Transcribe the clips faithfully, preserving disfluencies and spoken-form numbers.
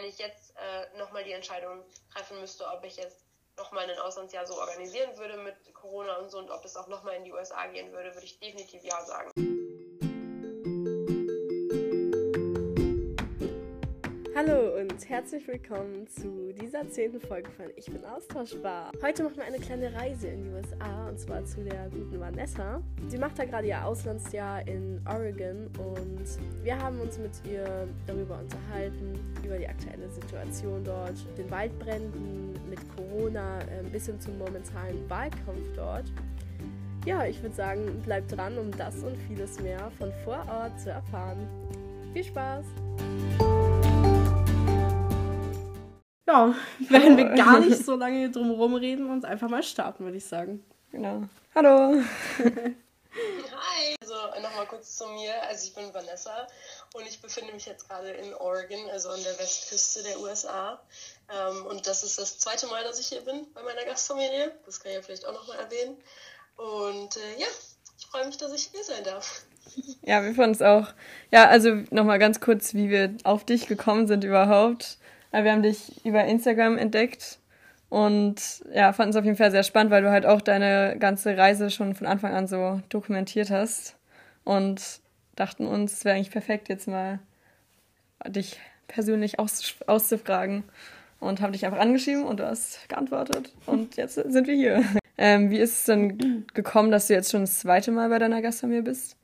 wenn ich jetzt äh, nochmal die Entscheidung treffen müsste, ob ich jetzt nochmal ein Auslandsjahr so organisieren würde mit Corona und so und ob es auch nochmal in die U S A gehen würde, würde ich definitiv ja sagen. Hallo und herzlich willkommen zu dieser zehnten Folge von Ich bin austauschbar. Heute machen wir eine kleine Reise in die U S A und zwar zu der guten Vanessa. Sie macht da gerade ihr Auslandsjahr in Oregon und wir haben uns mit ihr darüber unterhalten, über die aktuelle Situation dort, den Waldbränden, mit Corona äh, bis hin zum momentanen Wahlkampf dort. Ja, ich würde sagen, bleibt dran, um das und vieles mehr von vor Ort zu erfahren. Viel Spaß! Ja, werden wir gar nicht so lange drum rumreden und einfach mal starten, würde ich sagen. Genau. Hallo! Hi! Also nochmal kurz zu mir. Also ich bin Vanessa und ich befinde mich jetzt gerade in Oregon, also an der Westküste der U S A. Ähm, und das ist das zweite Mal, dass ich hier bin bei meiner Gastfamilie. Das kann ich ja vielleicht auch nochmal erwähnen. Und äh, ja, ich freue mich, dass ich hier sein darf. Ja, wir fanden es auch. Ja, also nochmal ganz kurz, wie wir auf dich gekommen sind überhaupt. Wir haben dich über Instagram entdeckt und ja, fanden es auf jeden Fall sehr spannend, weil du halt auch deine ganze Reise schon von Anfang an so dokumentiert hast und dachten uns, es wäre eigentlich perfekt, jetzt mal dich persönlich aus, auszufragen und haben dich einfach angeschrieben und du hast geantwortet und jetzt sind wir hier. Ähm, wie ist es denn gekommen, dass du jetzt schon das zweite Mal bei deiner Gastfamilie bist?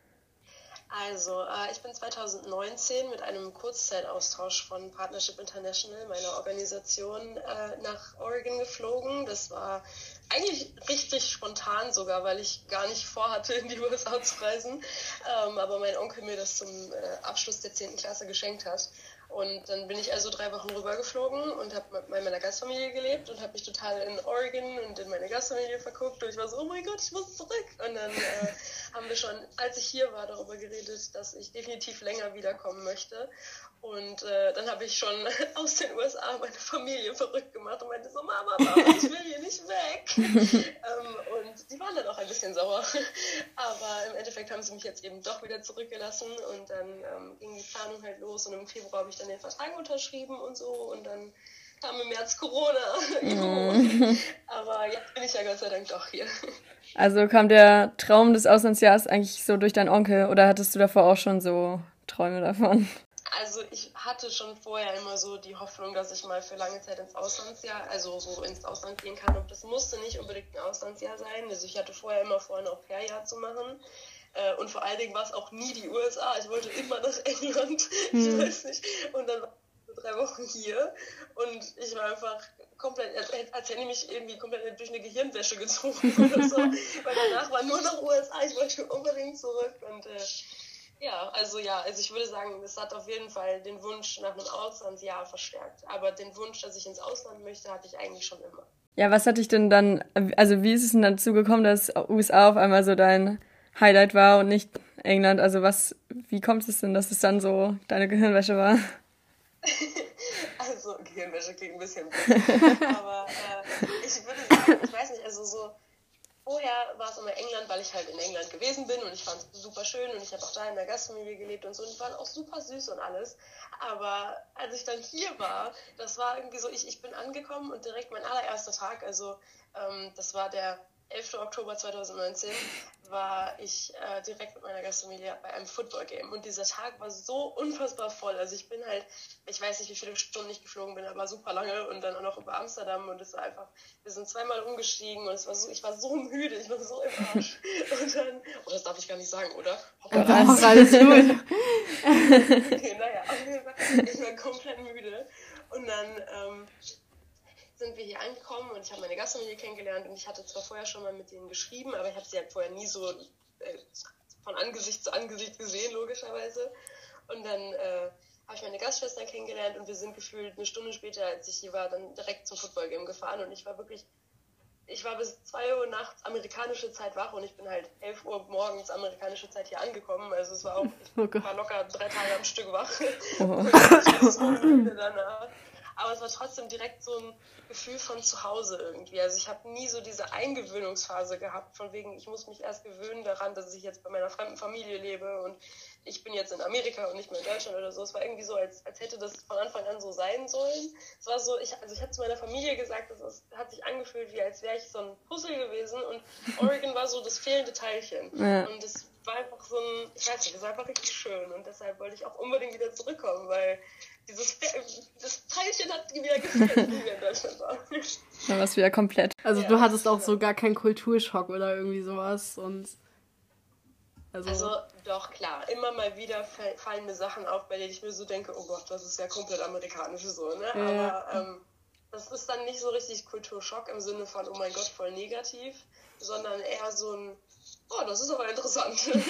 Also, äh, ich bin zweitausendneunzehn mit einem Kurzzeitaustausch von Partnership International, meiner Organisation, äh, nach Oregon geflogen. Das war eigentlich richtig spontan sogar, weil ich gar nicht vorhatte, in die U S A zu reisen. Ähm, aber mein Onkel mir das zum äh, Abschluss der zehnten Klasse geschenkt hat. Und dann bin ich also drei Wochen rübergeflogen und habe mit meiner Gastfamilie gelebt und habe mich total in Oregon und in meine Gastfamilie verguckt. Und ich war so, oh mein Gott, ich muss zurück. Und dann äh, haben wir schon, als ich hier war, darüber geredet, dass ich definitiv länger wiederkommen möchte. Und äh, dann habe ich schon aus den U S A meine Familie verrückt gemacht und meinte so, Mama, Mama, ich will hier nicht weg. ähm, und die waren dann auch ein bisschen sauer. Aber im Endeffekt haben sie mich jetzt eben doch wieder zurückgelassen und dann ähm, ging die Planung halt los und im Februar habe ich dann den Vertrag unterschrieben und so und dann kam im März Corona. Mm. Aber jetzt bin ich ja Gott sei Dank doch hier. Also kam der Traum des Auslandsjahres eigentlich so durch deinen Onkel oder hattest du davor auch schon so Träume davon? Also ich hatte schon vorher immer so die Hoffnung, dass ich mal für lange Zeit ins Auslandsjahr, also so ins Ausland gehen kann. Und das musste nicht unbedingt ein Auslandsjahr sein. Also ich hatte vorher immer vor, ein Au-pair-Jahr zu machen. Und vor allen Dingen war es auch nie die U S A. Ich wollte immer nach England. Hm. Ich weiß nicht. Und dann war ich so drei Wochen hier. Und ich war einfach komplett, als hätte ich mich irgendwie komplett durch eine Gehirnwäsche gezogen oder so. Weil danach war nur noch U S A. Ich wollte unbedingt zurück. Und äh, ja, also ja, also ich würde sagen, es hat auf jeden Fall den Wunsch nach einem Auslandsjahr verstärkt. Aber den Wunsch, dass ich ins Ausland möchte, hatte ich eigentlich schon immer. Ja, was hat dich denn dann, also wie ist es denn dazu gekommen, dass U S A auf einmal so dein Highlight war und nicht England? Also was, wie kommt es denn, dass es dann so deine Gehirnwäsche war? Also Gehirnwäsche klingt ein bisschen blöd, aber äh, ich würde sagen, ich weiß nicht, also so vorher war es immer England, weil ich halt in England gewesen bin und ich fand es super schön und ich habe auch da in der Gastfamilie gelebt und so und die waren auch super süß und alles. Aber als ich dann hier war, das war irgendwie so, ich, ich bin angekommen und direkt mein allererster Tag, also ähm, das war der elften Oktober zweitausendneunzehn, war ich äh, direkt mit meiner Gastfamilie bei einem Football-Game und dieser Tag war so unfassbar voll. Also ich bin halt, ich weiß nicht, wie viele Stunden ich geflogen bin, aber super lange und dann auch noch über Amsterdam und es war einfach, wir sind zweimal umgestiegen und es war so, ich war so müde, ich war so im Arsch. Und dann, oh, das darf ich gar nicht sagen, oder? Hoppala. Das ist alles gut. Okay, naja, auf jeden Fall, ich war komplett müde und dann, ähm, sind wir hier angekommen und ich habe meine Gastfamilie kennengelernt und ich hatte zwar vorher schon mal mit denen geschrieben, aber ich habe sie halt vorher nie so äh, von Angesicht zu Angesicht gesehen, logischerweise. Und dann äh, habe ich meine Gastschwestern kennengelernt und wir sind gefühlt eine Stunde später, als ich hier war, dann direkt zum Footballgame gefahren und ich war wirklich, ich war bis zwei Uhr nachts amerikanische Zeit wach und ich bin halt elf Uhr morgens amerikanische Zeit hier angekommen, also es war auch, ich oh war locker drei Tage am Stück wach. Oh. Und ich war so müde danach. Aber es war trotzdem direkt so ein Gefühl von zu Hause irgendwie. Also ich habe nie so diese Eingewöhnungsphase gehabt, von wegen, ich muss mich erst gewöhnen daran, dass ich jetzt bei meiner fremden Familie lebe und ich bin jetzt in Amerika und nicht mehr in Deutschland oder so. Es war irgendwie so, als, als hätte das von Anfang an so sein sollen. Es war so, ich, also ich habe zu meiner Familie gesagt, es hat sich angefühlt, wie als wäre ich so ein Puzzle gewesen und Oregon war so das fehlende Teilchen. Ja. Und es war einfach so ein, ich weiß nicht, es war einfach richtig schön und deshalb wollte ich auch unbedingt wieder zurückkommen, weil dieses das Teilchen hat wieder gefehlt, wie wir in Deutschland waren. Ja, was wieder komplett. Also ja, du hattest auch so gar keinen Kulturschock oder irgendwie sowas und Also, also doch, klar, immer mal wieder fallen mir Sachen auf, bei denen ich mir so denke, oh Gott, das ist ja komplett amerikanisch so, ne? Ja. Aber ähm, das ist dann nicht so richtig Kulturschock im Sinne von, oh mein Gott, voll negativ, sondern eher so ein, oh, das ist aber interessant. so,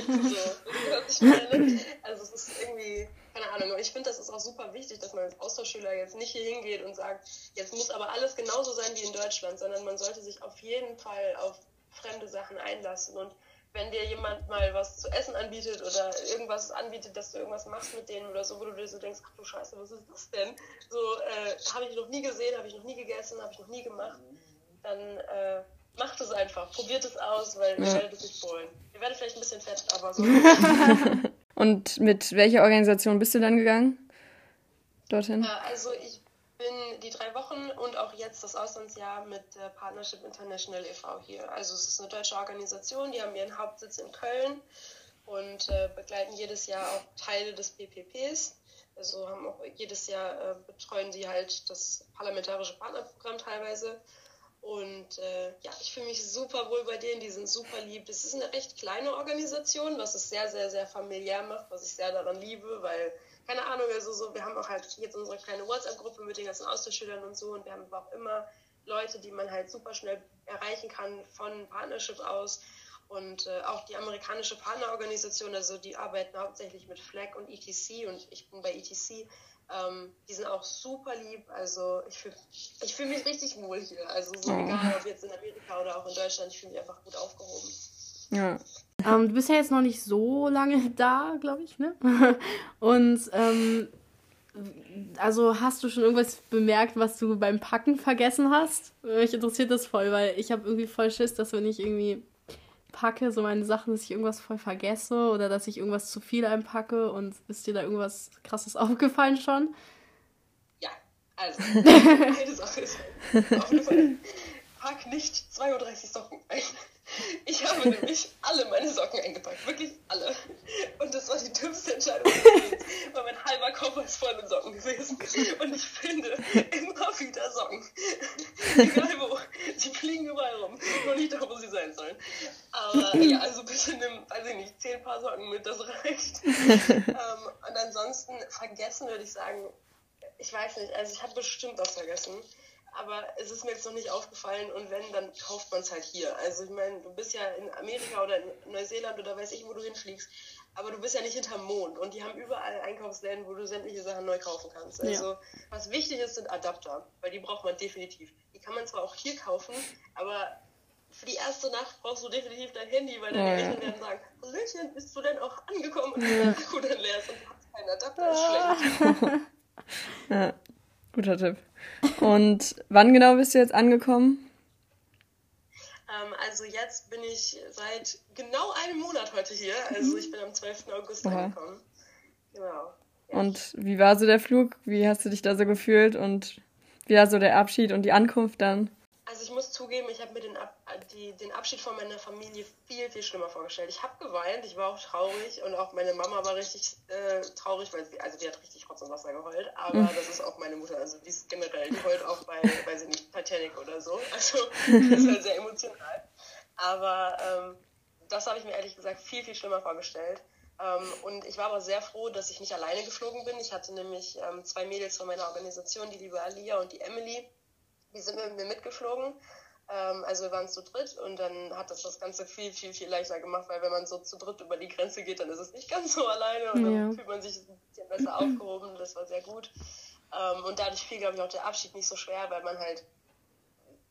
ich meine, also es ist irgendwie, keine Ahnung, aber ich finde, das ist auch super wichtig, dass man als Austauschschüler jetzt nicht hier hingeht und sagt, jetzt muss aber alles genauso sein wie in Deutschland, sondern man sollte sich auf jeden Fall auf fremde Sachen einlassen und wenn dir jemand mal was zu essen anbietet oder irgendwas anbietet, dass du irgendwas machst mit denen oder so, wo du dir so denkst, ach du Scheiße, was ist das denn? So, äh, habe ich noch nie gesehen, habe ich noch nie gegessen, habe ich noch nie gemacht. Dann äh, macht es einfach, probiert es aus, weil ja. ihr werdet es nicht wollen. Ihr werdet vielleicht ein bisschen fett, aber so. Und mit welcher Organisation bist du dann gegangen? Dorthin? Äh, also ich bin die drei Wochen und auch jetzt das Auslandsjahr mit äh, Partnership International e V hier. Also es ist eine deutsche Organisation, die haben ihren Hauptsitz in Köln und äh, begleiten jedes Jahr auch Teile des P P Ps. Also haben auch jedes Jahr äh, betreuen sie halt das parlamentarische Partnerprogramm teilweise. Und äh, ja, ich fühle mich super wohl bei denen, die sind super lieb. Das ist eine recht kleine Organisation, was es sehr, sehr, sehr familiär macht, was ich sehr daran liebe, weil keine Ahnung, also so, wir haben auch halt jetzt unsere kleine WhatsApp-Gruppe mit den ganzen Austauschschülern und so und wir haben aber auch immer Leute, die man halt super schnell erreichen kann von Partnership aus und äh, auch die amerikanische Partnerorganisation, also die arbeiten hauptsächlich mit F L A G und E T C und ich bin bei E T C, ähm, die sind auch super lieb, also ich fühle ich fühl mich richtig wohl hier, also so oh. egal ob jetzt in Amerika oder auch in Deutschland, ich fühle mich einfach gut aufgehoben. Ja. Ähm, du bist ja jetzt noch nicht so lange da, glaube ich, ne? Und ähm, also hast du schon irgendwas bemerkt, was du beim Packen vergessen hast? Mich interessiert das voll, weil ich habe irgendwie voll Schiss, dass wenn ich irgendwie packe, so meine Sachen, dass ich irgendwas voll vergesse oder dass ich irgendwas zu viel einpacke und ist dir da irgendwas Krasses aufgefallen schon? Ja, also, eine Sache ist aufgefallen. Pack nicht zweiunddreißig Socken ein. Ich habe nämlich alle meine Socken eingepackt, wirklich alle. Und das war die dümmste Entscheidung meines Lebens, weil mein halber Koffer ist voll mit Socken gewesen. Und ich finde immer wieder Socken. Egal wo. Die fliegen überall rum. Nur nicht da, wo sie sein sollen. Aber ja, also bitte nimm, weiß ich nicht, zehn Paar Socken mit, das reicht. ähm, und ansonsten vergessen würde ich sagen, ich weiß nicht, also ich habe bestimmt was vergessen. Aber es ist mir jetzt noch nicht aufgefallen und wenn, dann kauft man es halt hier. Also ich meine, du bist ja in Amerika oder in Neuseeland oder weiß ich, wo du hinfliegst, aber du bist ja nicht hinterm Mond und die haben überall Einkaufsläden, wo du sämtliche Sachen neu kaufen kannst. Also ja. Was wichtig ist, sind Adapter, weil die braucht man definitiv. Die kann man zwar auch hier kaufen, aber für die erste Nacht brauchst du definitiv dein Handy, weil deine Eltern werden sagen, Hallöchen, bist du denn auch angekommen? Und ja. der Akku dann leer ist und du hast keinen Adapter, ist schlecht. Ja, guter Tipp. Und wann genau bist du jetzt angekommen? Ähm, also jetzt bin ich seit genau einem Monat heute hier. Also ich bin am zwölften August Aha. angekommen. Genau. Ja. Und wie war so der Flug? Wie hast du dich da so gefühlt? Und wie war so der Abschied und die Ankunft dann? Also ich muss zugeben, ich habe mir den, Ab- die, den Abschied von meiner Familie viel, viel schlimmer vorgestellt. Ich habe geweint, ich war auch traurig und auch meine Mama war richtig äh, traurig, weil sie, also die hat richtig Rotz und Wasser geheult, aber mhm. das ist auch meine Mutter, also die ist generell, die heult auch bei, weiß ich nicht, Titanic oder so, also das ist halt sehr emotional. Aber ähm, das habe ich mir ehrlich gesagt viel, viel schlimmer vorgestellt. Ähm, und ich war aber sehr froh, dass ich nicht alleine geflogen bin. Ich hatte nämlich ähm, zwei Mädels von meiner Organisation, die liebe Alia und die Emily. Die sind mit mir mitgeflogen, ähm, also wir waren zu dritt und dann hat das das Ganze viel, viel, viel leichter gemacht, weil wenn man so zu dritt über die Grenze geht, dann ist es nicht ganz so alleine und dann ja. fühlt man sich ein bisschen besser aufgehoben, das war sehr gut. Ähm, und dadurch fiel, glaube ich, auch der Abschied nicht so schwer, weil man halt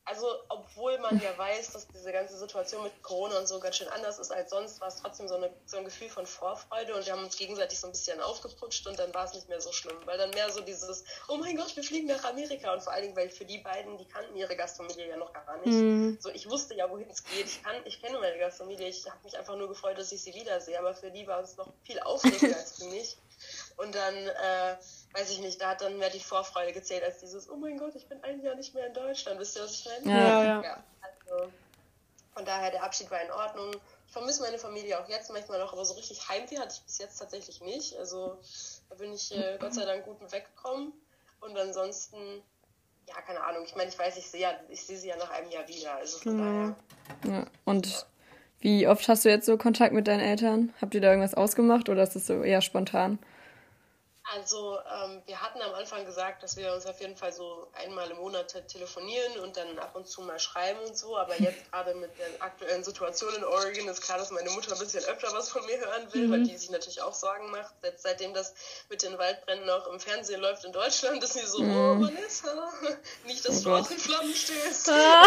also obwohl man ja weiß, dass diese ganze Situation mit Corona und so ganz schön anders ist als sonst, war es trotzdem so, eine, so ein Gefühl von Vorfreude und wir haben uns gegenseitig so ein bisschen aufgeputscht und dann war es nicht mehr so schlimm, weil dann mehr so dieses, oh mein Gott, wir fliegen nach Amerika und vor allen Dingen, weil für die beiden, die kannten ihre Gastfamilie ja noch gar nicht. Mhm. So, ich wusste ja, wohin es geht, ich, kann, ich kenne meine Gastfamilie, ich habe mich einfach nur gefreut, dass ich sie wiedersehe, aber für die war es noch viel aufregender als für mich. Und dann, äh, weiß ich nicht, da hat dann mehr die Vorfreude gezählt als dieses, oh mein Gott, ich bin ein Jahr nicht mehr in Deutschland. Wisst ihr, was ich meine? Ja, ja. ja also, von daher, der Abschied war in Ordnung. Ich vermisse meine Familie auch jetzt manchmal noch, aber so richtig Heimweh hatte ich bis jetzt tatsächlich nicht. Also da bin ich äh, Gott sei Dank gut mit weggekommen. Und ansonsten, ja, keine Ahnung. Ich meine, ich weiß, ich sehe ja, ich sehe sie ja nach einem Jahr wieder. Also von mhm. daher. Ja. Und ja. Wie oft hast du jetzt so Kontakt mit deinen Eltern? Habt ihr da irgendwas ausgemacht oder ist das so eher spontan? Also ähm, wir hatten am Anfang gesagt, dass wir uns auf jeden Fall so einmal im Monat telefonieren und dann ab und zu mal schreiben und so, aber jetzt gerade mit der aktuellen Situation in Oregon ist klar, dass meine Mutter ein bisschen öfter was von mir hören will, mhm. weil die sich natürlich auch Sorgen macht. Jetzt, seitdem das mit den Waldbränden auch im Fernsehen läuft in Deutschland, ist sie so, mhm. oh Vanessa, nicht, dass oh du auch in Flammen stehst. Ah.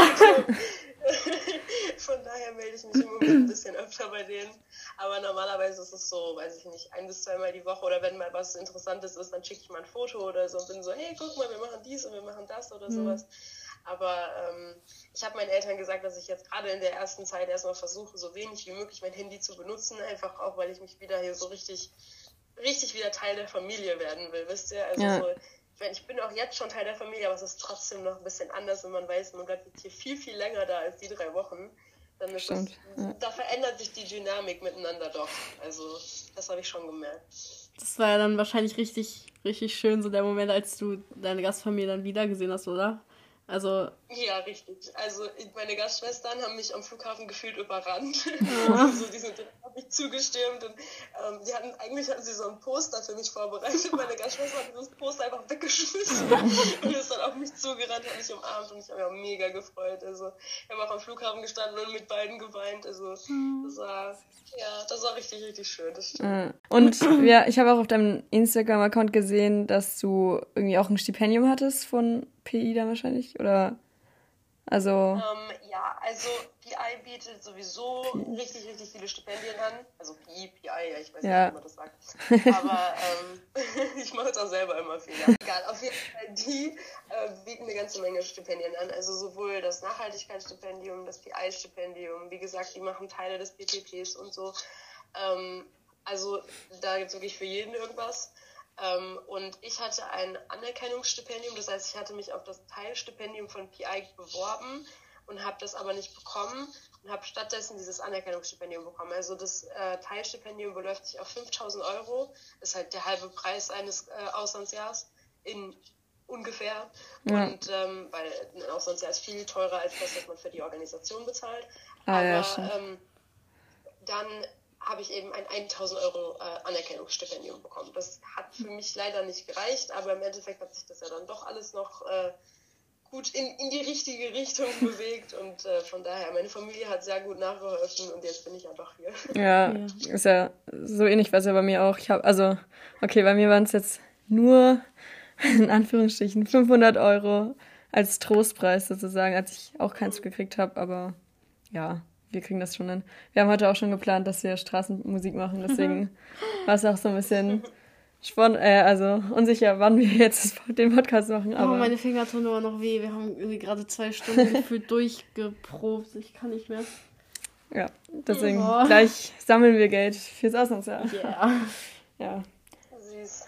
Von daher melde ich mich im Moment ein bisschen öfter bei denen. Aber normalerweise ist es so, weiß ich nicht, ein bis zweimal die Woche oder wenn mal was Interessantes ist, dann schicke ich mal ein Foto oder so und bin so, hey, guck mal, wir machen dies und wir machen das oder mhm. sowas. Aber ähm, ich habe meinen Eltern gesagt, dass ich jetzt gerade in der ersten Zeit erstmal versuche, so wenig wie möglich mein Handy zu benutzen, einfach auch, weil ich mich wieder hier so richtig, richtig wieder Teil der Familie werden will, wisst ihr? Also ja. so, ich meine, ich bin auch jetzt schon Teil der Familie, aber es ist trotzdem noch ein bisschen anders, wenn man weiß, man bleibt jetzt hier viel, viel länger da als die drei Wochen. Dann ist es, ja. Da verändert sich die Dynamik miteinander doch. Also das habe ich schon gemerkt. Das war ja dann wahrscheinlich richtig, richtig schön, so der Moment, als du deine Gastfamilie dann wieder gesehen hast, oder? Also ja, richtig. Also meine Gastschwestern haben mich am Flughafen gefühlt überrannt. Ja. Also die sind auf mich zugestürmt und ähm, die hatten, eigentlich hatten sie so ein Poster für mich vorbereitet. Meine Gastschwester hat dieses Poster einfach weggeschmissen und ist dann auf mich zugerannt, hat mich umarmt und ich habe mich auch mega gefreut. Also ich habe auch am Flughafen gestanden und mit beiden geweint. Also das war, ja, das war richtig, richtig schön. Das stimmt. Und ja, ich habe auch auf deinem Instagram-Account gesehen, dass du irgendwie auch ein Stipendium hattest von P I dann wahrscheinlich, oder? Also... Ähm, ja, also P I bietet sowieso P- richtig, richtig viele Stipendien an. Also P I, P I, ja, ich weiß ja. nicht, wie man das sagt. Aber ähm, ich mache jetzt auch selber immer Fehler. Egal, auf jeden Fall, die äh, bieten eine ganze Menge Stipendien an. Also sowohl das Nachhaltigkeitsstipendium, das P I-Stipendium, wie gesagt, die machen Teile des P T Ps und so. Ähm, also da gibt es wirklich für jeden irgendwas. Um, und ich hatte ein Anerkennungsstipendium, das heißt, ich hatte mich auf das Teilstipendium von P I beworben und habe das aber nicht bekommen und habe stattdessen dieses Anerkennungsstipendium bekommen. Also das äh, Teilstipendium beläuft sich auf fünftausend Euro, ist halt der halbe Preis eines äh, Auslandsjahres in ungefähr. Ja. Und ähm, weil ein Auslandsjahr ist viel teurer als das, was man für die Organisation bezahlt. Ah, aber ja, ähm, dann habe ich eben ein tausend Euro äh, Anerkennungsstipendium bekommen. Das hat für mich leider nicht gereicht, aber im Endeffekt hat sich das ja dann doch alles noch äh, gut in, in die richtige Richtung bewegt und äh, von daher, meine Familie hat sehr gut nachgeholfen und jetzt bin ich einfach hier. Ja, ja. Ist ja so ähnlich, was ja bei mir auch. Ich habe, also, okay, bei mir waren es jetzt nur, in Anführungsstrichen, fünfhundert Euro als Trostpreis sozusagen, als ich auch keins gekriegt habe, aber ja, wir kriegen das schon hin. Wir haben heute auch schon geplant, dass wir Straßenmusik machen, deswegen war es auch so ein bisschen spon- äh, also unsicher, wann wir jetzt den Podcast machen. Aber oh, meine Finger tun immer noch weh. Wir haben irgendwie gerade zwei Stunden gefühlt durchgeprobt. Ich kann nicht mehr. Ja, deswegen oh. Gleich sammeln wir Geld fürs Auslandsjahr. Yeah. Ja. Süß.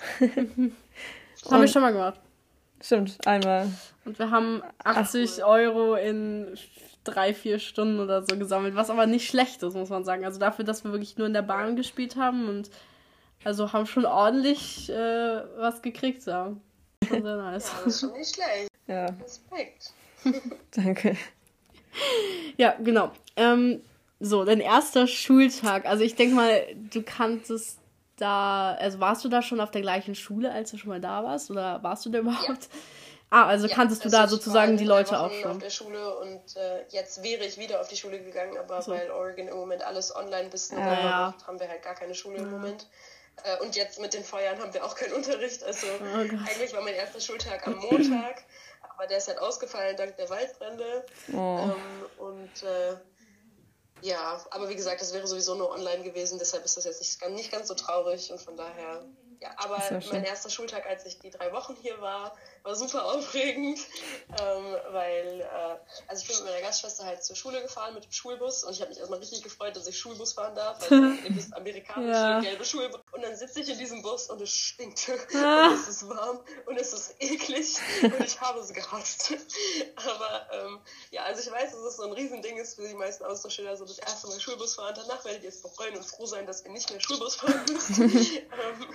Haben wir schon mal gemacht. Stimmt, einmal. Und wir haben achtzig Ach, Euro in drei, vier Stunden oder so gesammelt, was aber nicht schlecht ist, muss man sagen. Also dafür, dass wir wirklich nur in der Bahn gespielt haben und also haben schon ordentlich äh, was gekriegt, ja. Schon sehr nice. Ja, das ist schon nicht schlecht. Ja. Respekt. Danke. Ja, genau. Ähm, so, dein erster Schultag. Also ich denke mal, du kanntest da, also warst du da schon auf der gleichen Schule, als du schon mal da warst? Oder warst du da überhaupt? Ja. Ah, also ja, kanntest du also da sozusagen die Leute auch schon? Auf der Schule und äh, jetzt wäre ich wieder auf die Schule gegangen, aber so. Weil Oregon im Moment alles online bis November ja. macht, haben wir halt gar keine Schule im Moment. Äh, und jetzt mit den Feuern haben wir auch keinen Unterricht. Also oh eigentlich war mein erster Schultag am Montag. aber der ist halt ausgefallen dank der Waldbrände. Oh. Ähm, und äh, ja, aber wie gesagt, das wäre sowieso nur online gewesen, deshalb ist das jetzt nicht, nicht ganz so traurig und von daher... Ja, aber mein erster Schultag, als ich die drei Wochen hier war, war super aufregend, ähm, weil, äh, also ich bin mit meiner Gastschwester halt zur Schule gefahren mit dem Schulbus und ich habe mich erstmal richtig gefreut, dass ich Schulbus fahren darf, weil ihr wisst, amerikanisch, ja. gelbe Schulbus. Und dann sitze ich in diesem Bus und es stinkt ah. und es ist warm und es ist eklig und ich habe es gehasst. Aber ähm, ja, also ich weiß, dass es so ein Riesending ist für die meisten Austauschschüler, so das erste Mal Schulbus fahren, danach werdet ihr jetzt bereuen und froh sein, dass ihr nicht mehr Schulbus fahren müsst. ähm,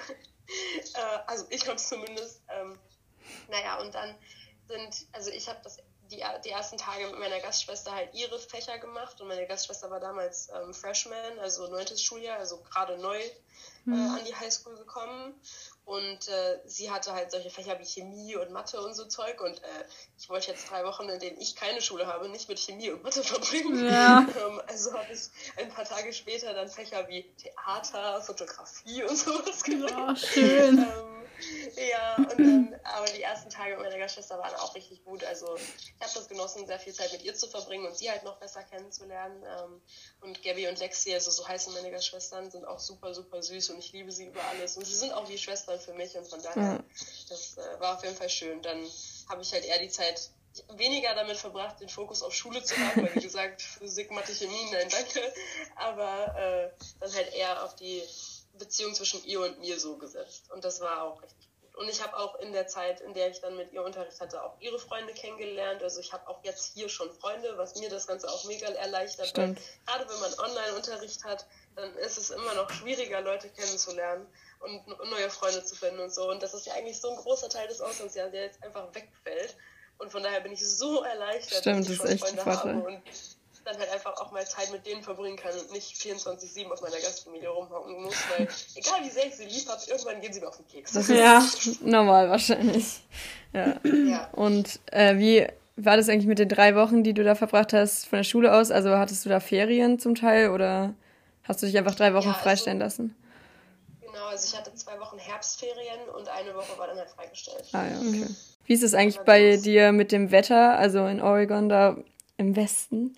Äh, also ich habe es zumindest. Ähm, naja, und dann sind, also ich habe das die, die ersten Tage mit meiner Gastschwester halt ihre Fächer gemacht und meine Gastschwester war damals ähm, Freshman, also neuntes Schuljahr, also gerade neu äh, mhm. an die Highschool gekommen und äh, sie hatte halt solche Fächer wie Chemie und Mathe und so Zeug und äh, ich wollte jetzt drei Wochen, in denen ich keine Schule habe, nicht mit Chemie und Mathe verbringen. Ja. ähm, also habe ich ein paar Tage später dann Fächer wie Theater, Fotografie und sowas gemacht. Ja, schön. ähm, Ja, und dann, aber die ersten Tage mit meiner Gastschwester waren auch richtig gut. Also ich habe das genossen, sehr viel Zeit mit ihr zu verbringen und sie halt noch besser kennenzulernen. Und Gabby und Lexi, also so heißen meine Gastschwestern, sind auch super, super süß und ich liebe sie über alles. Und sie sind auch wie Schwestern für mich und von daher, das war auf jeden Fall schön. Dann habe ich halt eher die Zeit weniger damit verbracht, den Fokus auf Schule zu haben, weil wie gesagt, Physik, Mathe, Chemie, nein, danke. Aber äh, dann halt eher auf die Beziehung zwischen ihr und mir so gesetzt. Und das war auch richtig gut. Und ich habe auch in der Zeit, in der ich dann mit ihr Unterricht hatte, auch ihre Freunde kennengelernt. Also ich habe auch jetzt hier schon Freunde, was mir das Ganze auch mega erleichtert. Weil gerade wenn man Online-Unterricht hat, dann ist es immer noch schwieriger, Leute kennenzulernen und neue Freunde zu finden und so. Und das ist ja eigentlich so ein großer Teil des Auslandsjahres, der jetzt einfach wegfällt. Und von daher bin ich so erleichtert, Stimmt, dass ich das schon ist echt Freunde habe und dann halt einfach auch mal Zeit mit denen verbringen kann und nicht vierundzwanzig sieben auf meiner Gastfamilie rumhocken muss, weil egal wie sehr ich sie lieb habe, irgendwann gehen sie mir auf den Keks. Das ist ja normal wahrscheinlich. Ja. ja. Und äh, wie war das eigentlich mit den drei Wochen, die du da verbracht hast von der Schule aus? Also hattest du da Ferien zum Teil oder hast du dich einfach drei Wochen ja, also, freistellen lassen? Genau, also ich hatte zwei Wochen Herbstferien und eine Woche war dann halt freigestellt. Ah ja, okay. Wie ist es eigentlich bei dir mit dem Wetter, also in Oregon da im Westen?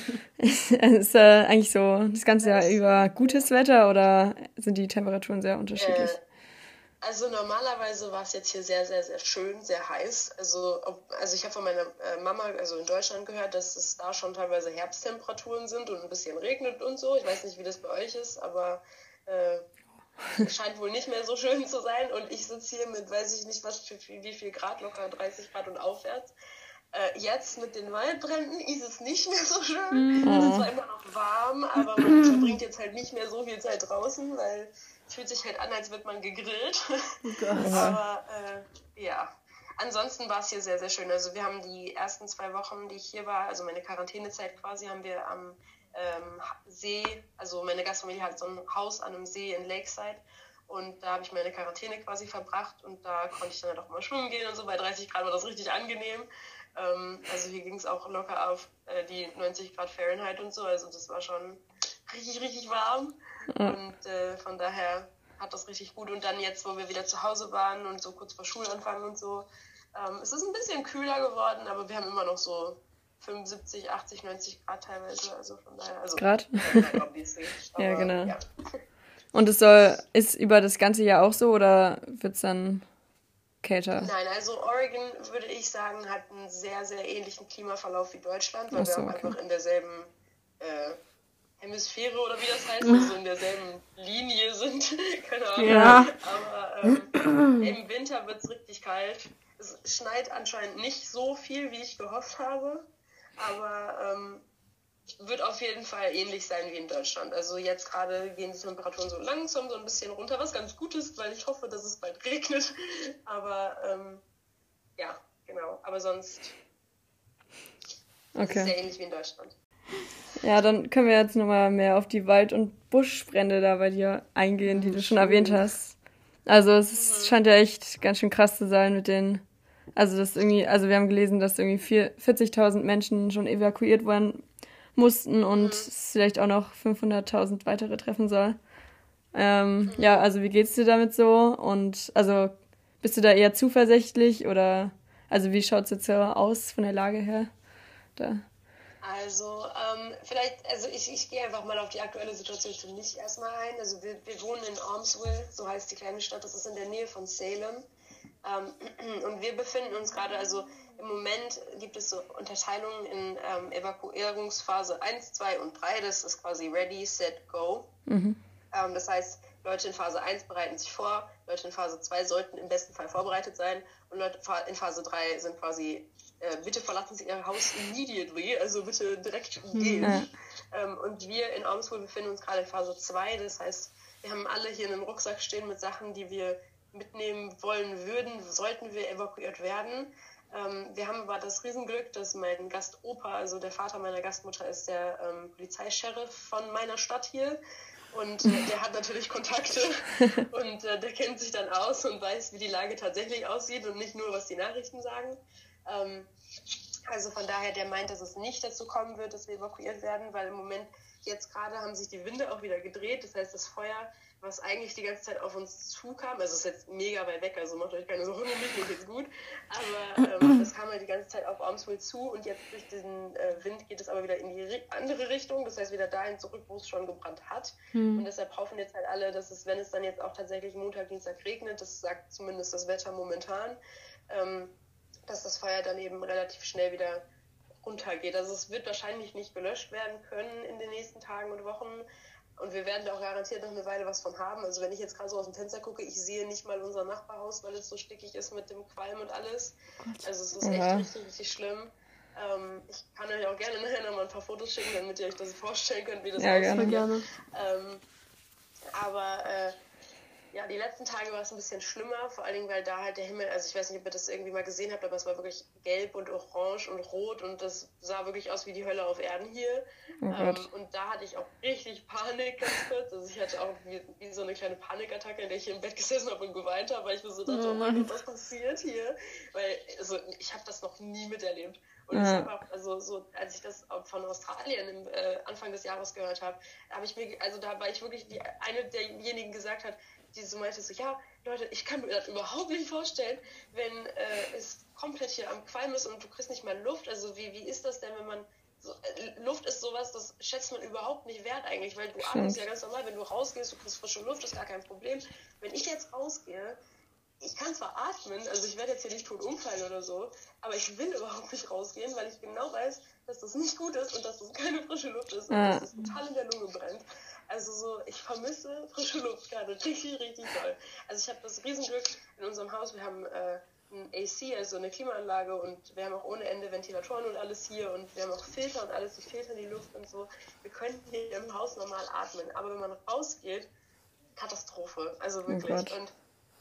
ist es äh, eigentlich so das ganze Jahr über gutes Wetter oder sind die Temperaturen sehr unterschiedlich? Äh, also normalerweise war es jetzt hier sehr, sehr, sehr schön, sehr heiß. Also, ob, also ich habe von meiner äh, Mama, also in Deutschland gehört, dass es da schon teilweise Herbsttemperaturen sind und ein bisschen regnet und so. Ich weiß nicht, wie das bei euch ist, aber äh, es scheint wohl nicht mehr so schön zu sein. Und ich sitze hier mit, weiß ich nicht, was für wie viel Grad, locker dreißig Grad und aufwärts. Äh, jetzt mit den Waldbränden ist es nicht mehr so schön. Mhm. Es ist zwar immer noch warm, aber man verbringt jetzt halt nicht mehr so viel Zeit draußen, weil es fühlt sich halt an, als wird man gegrillt. Oh aber äh, ja, ansonsten war es hier sehr, sehr schön. Also wir haben die ersten zwei Wochen, die ich hier war, also meine Quarantänezeit quasi, haben wir am ähm, See, also meine Gastfamilie hat so ein Haus an einem See in Lakeside. Und da habe ich meine Quarantäne quasi verbracht und da konnte ich dann halt auch mal schwimmen gehen und so. Bei dreißig Grad war das richtig angenehm. Ähm, also hier ging es auch locker auf äh, die neunzig Grad Fahrenheit und so. Also das war schon richtig, richtig warm. Mhm. Und äh, von daher hat das richtig gut. Und dann jetzt, wo wir wieder zu Hause waren und so kurz vor Schulanfang und so, ähm, es ist ein bisschen kühler geworden, aber wir haben immer noch so fünfundsiebzig, achtzig, neunzig Grad teilweise. Also von daher. Also, Grad? Nein, obviously. Aber, ja, genau. Ja. Und es soll, ist über das ganze Jahr auch so oder wird es dann kälter? Nein, also Oregon, würde ich sagen, hat einen sehr, sehr ähnlichen Klimaverlauf wie Deutschland, weil so, wir auch okay. einfach in derselben äh, Hemisphäre oder wie das heißt, also in derselben Linie sind. Keine Ahnung. Ja. Aber ähm, im Winter wird es richtig kalt. Es schneit anscheinend nicht so viel, wie ich gehofft habe, aber ähm, wird auf jeden Fall ähnlich sein wie in Deutschland. Also jetzt gerade gehen die Temperaturen so langsam so ein bisschen runter, was ganz gut ist, weil ich hoffe, dass es bald regnet. Aber ähm, ja, genau. Aber sonst okay. ist es sehr ähnlich wie in Deutschland. Ja, dann können wir jetzt nochmal mehr auf die Wald- und Buschbrände da bei dir eingehen, die du schon erwähnt hast. Also es ist, mhm. scheint ja echt ganz schön krass zu sein mit den... Also das irgendwie, also wir haben gelesen, dass irgendwie vierzigtausend Menschen schon evakuiert wurden mussten und mhm. es vielleicht auch noch fünfhunderttausend weitere treffen soll. Ähm, mhm. Ja, also wie geht's dir damit so? Und also bist du da eher zuversichtlich oder Also wie schaut es jetzt so aus von der Lage her? Da. Also, ähm, vielleicht, also ich, ich gehe einfach mal auf die aktuelle Situation für mich erstmal ein. Also wir, wir wohnen in Ormsville, so heißt die kleine Stadt, das ist in der Nähe von Salem. Ähm, und wir befinden uns gerade, also im Moment gibt es so Unterteilungen in ähm, Evakuierungsphase eins, zwei und drei. Das ist quasi Ready, Set, Go. Mhm. Ähm, das heißt, Leute in Phase eins bereiten sich vor, Leute in Phase zwei sollten im besten Fall vorbereitet sein und Leute in Phase drei sind quasi, äh, bitte verlassen Sie Ihr Haus immediately, also bitte direkt gehen. Mhm. Ähm, und wir in Ormsville befinden uns gerade in Phase zwei, das heißt, wir haben alle hier einen Rucksack stehen mit Sachen, die wir mitnehmen wollen würden, sollten wir evakuiert werden. Ähm, wir haben aber das Riesenglück, dass mein Gastopa, also der Vater meiner Gastmutter, ist der ähm, Polizeischeriff von meiner Stadt hier. Und äh, der hat natürlich Kontakte und äh, der kennt sich dann aus und weiß, wie die Lage tatsächlich aussieht und nicht nur, was die Nachrichten sagen. Ähm, also von daher, der meint, dass es nicht dazu kommen wird, dass wir evakuiert werden, weil im Moment, jetzt gerade haben sich die Winde auch wieder gedreht. Das heißt, das Feuer, was eigentlich die ganze Zeit auf uns zukam, also es ist jetzt mega weit weg, also macht euch keine Sorgen, nicht, mir geht's gut, aber ähm, es kam halt die ganze Zeit auf Ormsville zu und jetzt durch diesen äh, Wind geht es aber wieder in die ri- andere Richtung, das heißt wieder dahin zurück, wo es schon gebrannt hat. Hm. Und deshalb hoffen jetzt halt alle, dass es, wenn es dann jetzt auch tatsächlich Montag, Dienstag regnet, das sagt zumindest das Wetter momentan, ähm, dass das Feuer dann eben relativ schnell wieder runtergeht. Also es wird wahrscheinlich nicht gelöscht werden können in den nächsten Tagen und Wochen. Und wir werden da auch garantiert noch eine Weile was von haben. Also wenn ich jetzt gerade so aus dem Fenster gucke, ich sehe nicht mal unser Nachbarhaus, weil es so stickig ist mit dem Qualm und alles. Also es ist echt ja. richtig, richtig schlimm. Ähm, ich kann euch auch gerne nachher noch mal ein paar Fotos schicken, damit ihr euch das vorstellen könnt, wie das ja, aussieht. Gerne. Ähm, aber äh, ja, die letzten Tage war es ein bisschen schlimmer, vor allen Dingen, weil da halt der Himmel, also ich weiß nicht, ob ihr das irgendwie mal gesehen habt, aber es war wirklich gelb und orange und rot und das sah wirklich aus wie die Hölle auf Erden hier. Oh ähm, und da hatte ich auch richtig Panik ganz kurz. Also ich hatte auch wie, wie so eine kleine Panikattacke, in der ich hier im Bett gesessen habe und geweint habe, weil ich mir so dachte, oh mein Gott, was passiert hier? Weil also ich habe das noch nie miterlebt. Und ja. ich habe auch, also so, als ich das von Australien im äh, Anfang des Jahres gehört habe, habe ich mir, also da war ich wirklich die eine derjenigen, die gesagt hat, die so meinte so, ja, Leute, ich kann mir das überhaupt nicht vorstellen, wenn äh, es komplett hier am Qualm ist und du kriegst nicht mal Luft. Also wie, wie ist das denn, wenn man, so, äh, Luft ist sowas, das schätzt man überhaupt nicht wert eigentlich, weil du atmest ja ganz normal, wenn du rausgehst, du kriegst frische Luft, ist gar kein Problem. Wenn ich jetzt rausgehe, ich kann zwar atmen, also ich werde jetzt hier nicht tot umfallen oder so, aber ich will überhaupt nicht rausgehen, weil ich genau weiß, dass das nicht gut ist und dass das keine frische Luft ist und ja. dass das total in der Lunge brennt. Also so, ich vermisse frische Luft gerade richtig, richtig doll. Also ich habe das Riesenglück in unserem Haus, wir haben äh, ein A C, also eine Klimaanlage und wir haben auch ohne Ende Ventilatoren und alles hier und wir haben auch Filter und alles, die filtern die Luft und so. Wir können hier im Haus normal atmen, aber wenn man rausgeht, Katastrophe, also wirklich. Oh und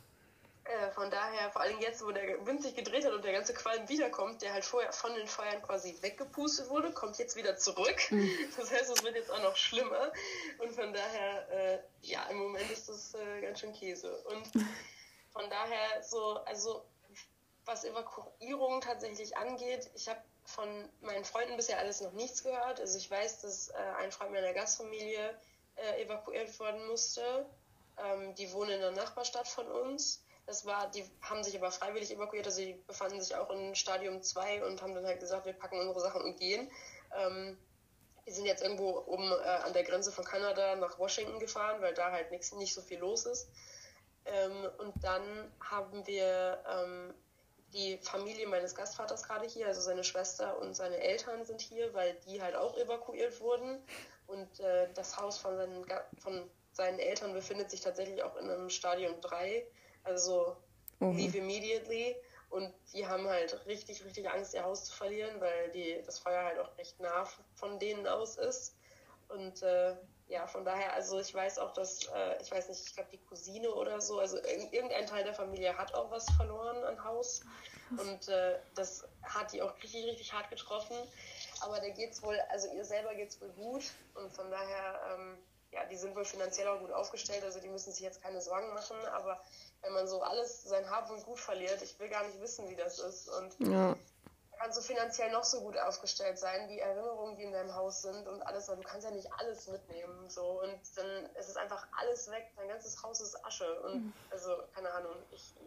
Äh, von daher, vor allem jetzt, wo der Wind sich gedreht hat und der ganze Qualm wiederkommt, der halt vorher von den Feuern quasi weggepustet wurde, kommt jetzt wieder zurück. Mhm. Das heißt, es wird jetzt auch noch schlimmer. Und von daher, äh, ja, im Moment ist das äh, ganz schön Käse. Und von daher so, also was Evakuierung tatsächlich angeht, ich habe von meinen Freunden bisher alles noch nichts gehört. Also ich weiß, dass äh, ein Freund meiner Gastfamilie äh, evakuiert worden musste. Ähm, die wohnen in einer Nachbarstadt von uns. Das war, die haben sich aber freiwillig evakuiert, also die befanden sich auch in Stadium zwei und haben dann halt gesagt, wir packen unsere Sachen und gehen. Ähm, die sind jetzt irgendwo oben äh, an der Grenze von Kanada nach Washington gefahren, weil da halt nix, nicht so viel los ist. Ähm, und dann haben wir ähm, die Familie meines Gastvaters gerade hier, also seine Schwester und seine Eltern sind hier, weil die halt auch evakuiert wurden. Und äh, das Haus von seinen, von seinen Eltern befindet sich tatsächlich auch in einem Stadium drei. Also mhm. leave immediately und die haben halt richtig, richtig Angst, ihr Haus zu verlieren, weil die, das Feuer halt auch recht nah von denen aus ist und äh, ja, von daher, also ich weiß auch, dass, äh, ich weiß nicht, ich glaube die Cousine oder so, also irgendein Teil der Familie hat auch was verloren an Haus und äh, das hat die auch richtig, richtig hart getroffen, aber da geht's wohl, also ihr selber geht's wohl gut und von daher, ähm, ja, die sind wohl finanziell auch gut aufgestellt, also die müssen sich jetzt keine Sorgen machen, aber wenn man so alles, sein Hab und Gut verliert, ich will gar nicht wissen, wie das ist. Und ja. Man kann so finanziell noch so gut aufgestellt sein, die Erinnerungen, die in deinem Haus sind und alles, weil du kannst ja nicht alles mitnehmen. So. Und dann ist es einfach alles weg, dein ganzes Haus ist Asche. Und mhm. also, keine Ahnung, ich, ich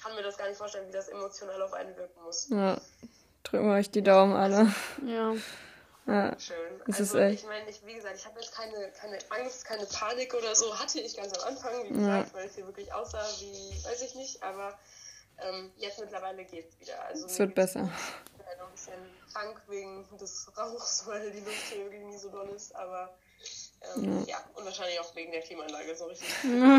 kann mir das gar nicht vorstellen, wie das emotional auf einen wirken muss. Ja, drücken wir euch die Daumen alle. Ja. Ja, schön. das Also ist echt. ich meine, ich, wie gesagt, ich habe jetzt keine, keine Angst, keine Panik oder so. Hatte ich ganz am Anfang, wie gesagt, ja. weil es hier wirklich aussah wie, weiß ich nicht, aber ähm, jetzt mittlerweile geht es wieder. Also es wird besser. Gut. Ich bin halt noch ein bisschen krank wegen des Rauchs, weil die Luft hier wirklich nie so doll ist, aber ähm, ja. ja, und wahrscheinlich auch wegen der Klimaanlage so richtig. Ja.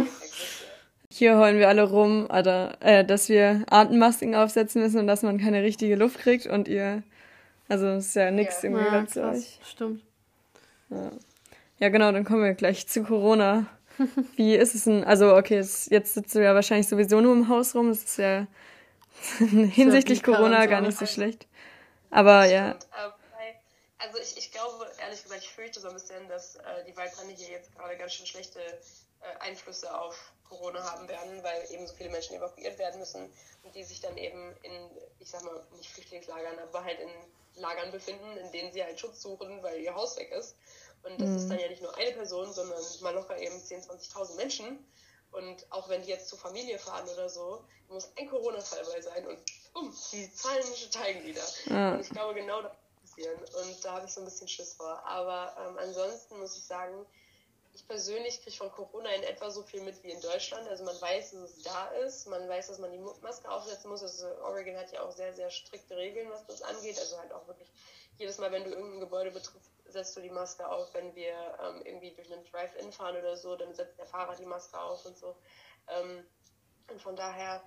Hier heulen wir alle rum, oder, äh, dass wir Atemmasken aufsetzen müssen und dass man keine richtige Luft kriegt und ihr, also es ist ja nichts ja. im Gegensatz zu euch. Stimmt. Ja. ja, genau, dann kommen wir gleich zu Corona. Wie ist es denn, also okay, es, jetzt sitzt du ja wahrscheinlich sowieso nur im Haus rum, das ist ja hinsichtlich Corona gar nicht so schlecht. Aber ja. Also ich, ich glaube, ehrlich gesagt, ich fürchte so ein bisschen, dass äh, die Waldbrände hier jetzt gerade ganz schön schlechte äh, Einflüsse auf Corona haben werden, weil eben so viele Menschen evakuiert werden müssen und die sich dann eben in, ich sag mal, nicht Flüchtlingslagern, aber halt in Lagern befinden, in denen sie halt Schutz suchen, weil ihr Haus weg ist. Und das mhm. ist dann ja nicht nur eine Person, sondern mal locker eben zehntausend, zwanzigtausend Menschen. Und auch wenn die jetzt zur Familie fahren oder so, muss ein Corona-Fall bei sein und um, die Zahlen steigen wieder. Ja. Und ich glaube, genau das passieren. Und da habe ich so ein bisschen Schiss vor. Aber ähm, ansonsten muss ich sagen, ich persönlich kriege von Corona in etwa so viel mit wie in Deutschland. Also man weiß, dass es da ist. Man weiß, dass man die Maske aufsetzen muss. Also Oregon hat ja auch sehr, sehr strikte Regeln, was das angeht. Also halt auch wirklich jedes Mal, wenn du irgendein Gebäude betrittst, setzt du die Maske auf. Wenn wir ähm, irgendwie durch einen Drive-In fahren oder so, dann setzt der Fahrer die Maske auf und so. Ähm, und von daher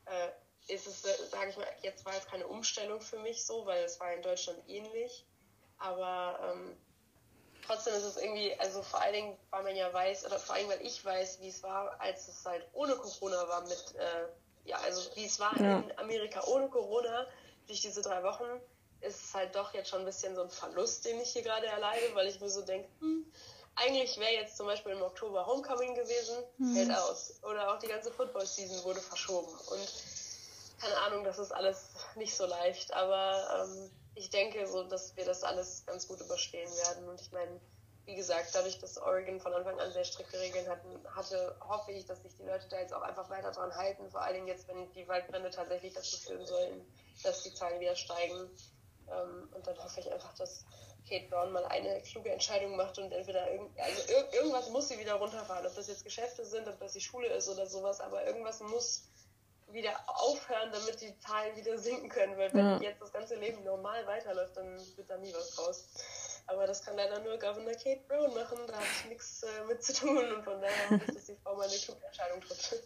äh, ist es, äh, sage ich mal, jetzt war es keine Umstellung für mich so, weil es war in Deutschland ähnlich. Aber ähm, trotzdem ist es irgendwie, also vor allen Dingen, weil man ja weiß, oder vor allem, weil ich weiß, wie es war, als es halt ohne Corona war mit, äh, ja, also wie es war ja. in Amerika ohne Corona, durch diese drei Wochen, ist es halt doch jetzt schon ein bisschen so ein Verlust, den ich hier gerade erleide, weil ich mir so denke, hm, eigentlich wäre jetzt zum Beispiel im Oktober Homecoming gewesen, mhm. fällt aus. Oder auch die ganze Football-Season wurde verschoben. Und keine Ahnung, das ist alles nicht so leicht, aber ähm, ich denke so, dass wir das alles ganz gut überstehen werden. Und ich meine, wie gesagt, dadurch, dass Oregon von Anfang an sehr strikte Regeln hatten, hatte, hoffe ich, dass sich die Leute da jetzt auch einfach weiter dran halten. Vor allen Dingen jetzt, wenn die Waldbrände tatsächlich dazu führen sollen, dass die Zahlen wieder steigen. Ähm, und dann hoffe ich einfach, dass Kate Brown mal eine kluge Entscheidung macht und entweder irgend, also ir- irgendwas muss sie wieder runterfahren. Ob das jetzt Geschäfte sind, ob das die Schule ist oder sowas, aber irgendwas muss wieder aufhören, damit die Zahlen wieder sinken können, weil wenn ja. jetzt das ganze Leben normal weiterläuft, dann wird da nie was raus. Aber das kann leider nur Governor Kate Brown machen, da habe ich nichts äh, mit zu tun und von daher hoffe ich, dass die Frau mal eine kluge Entscheidung trifft.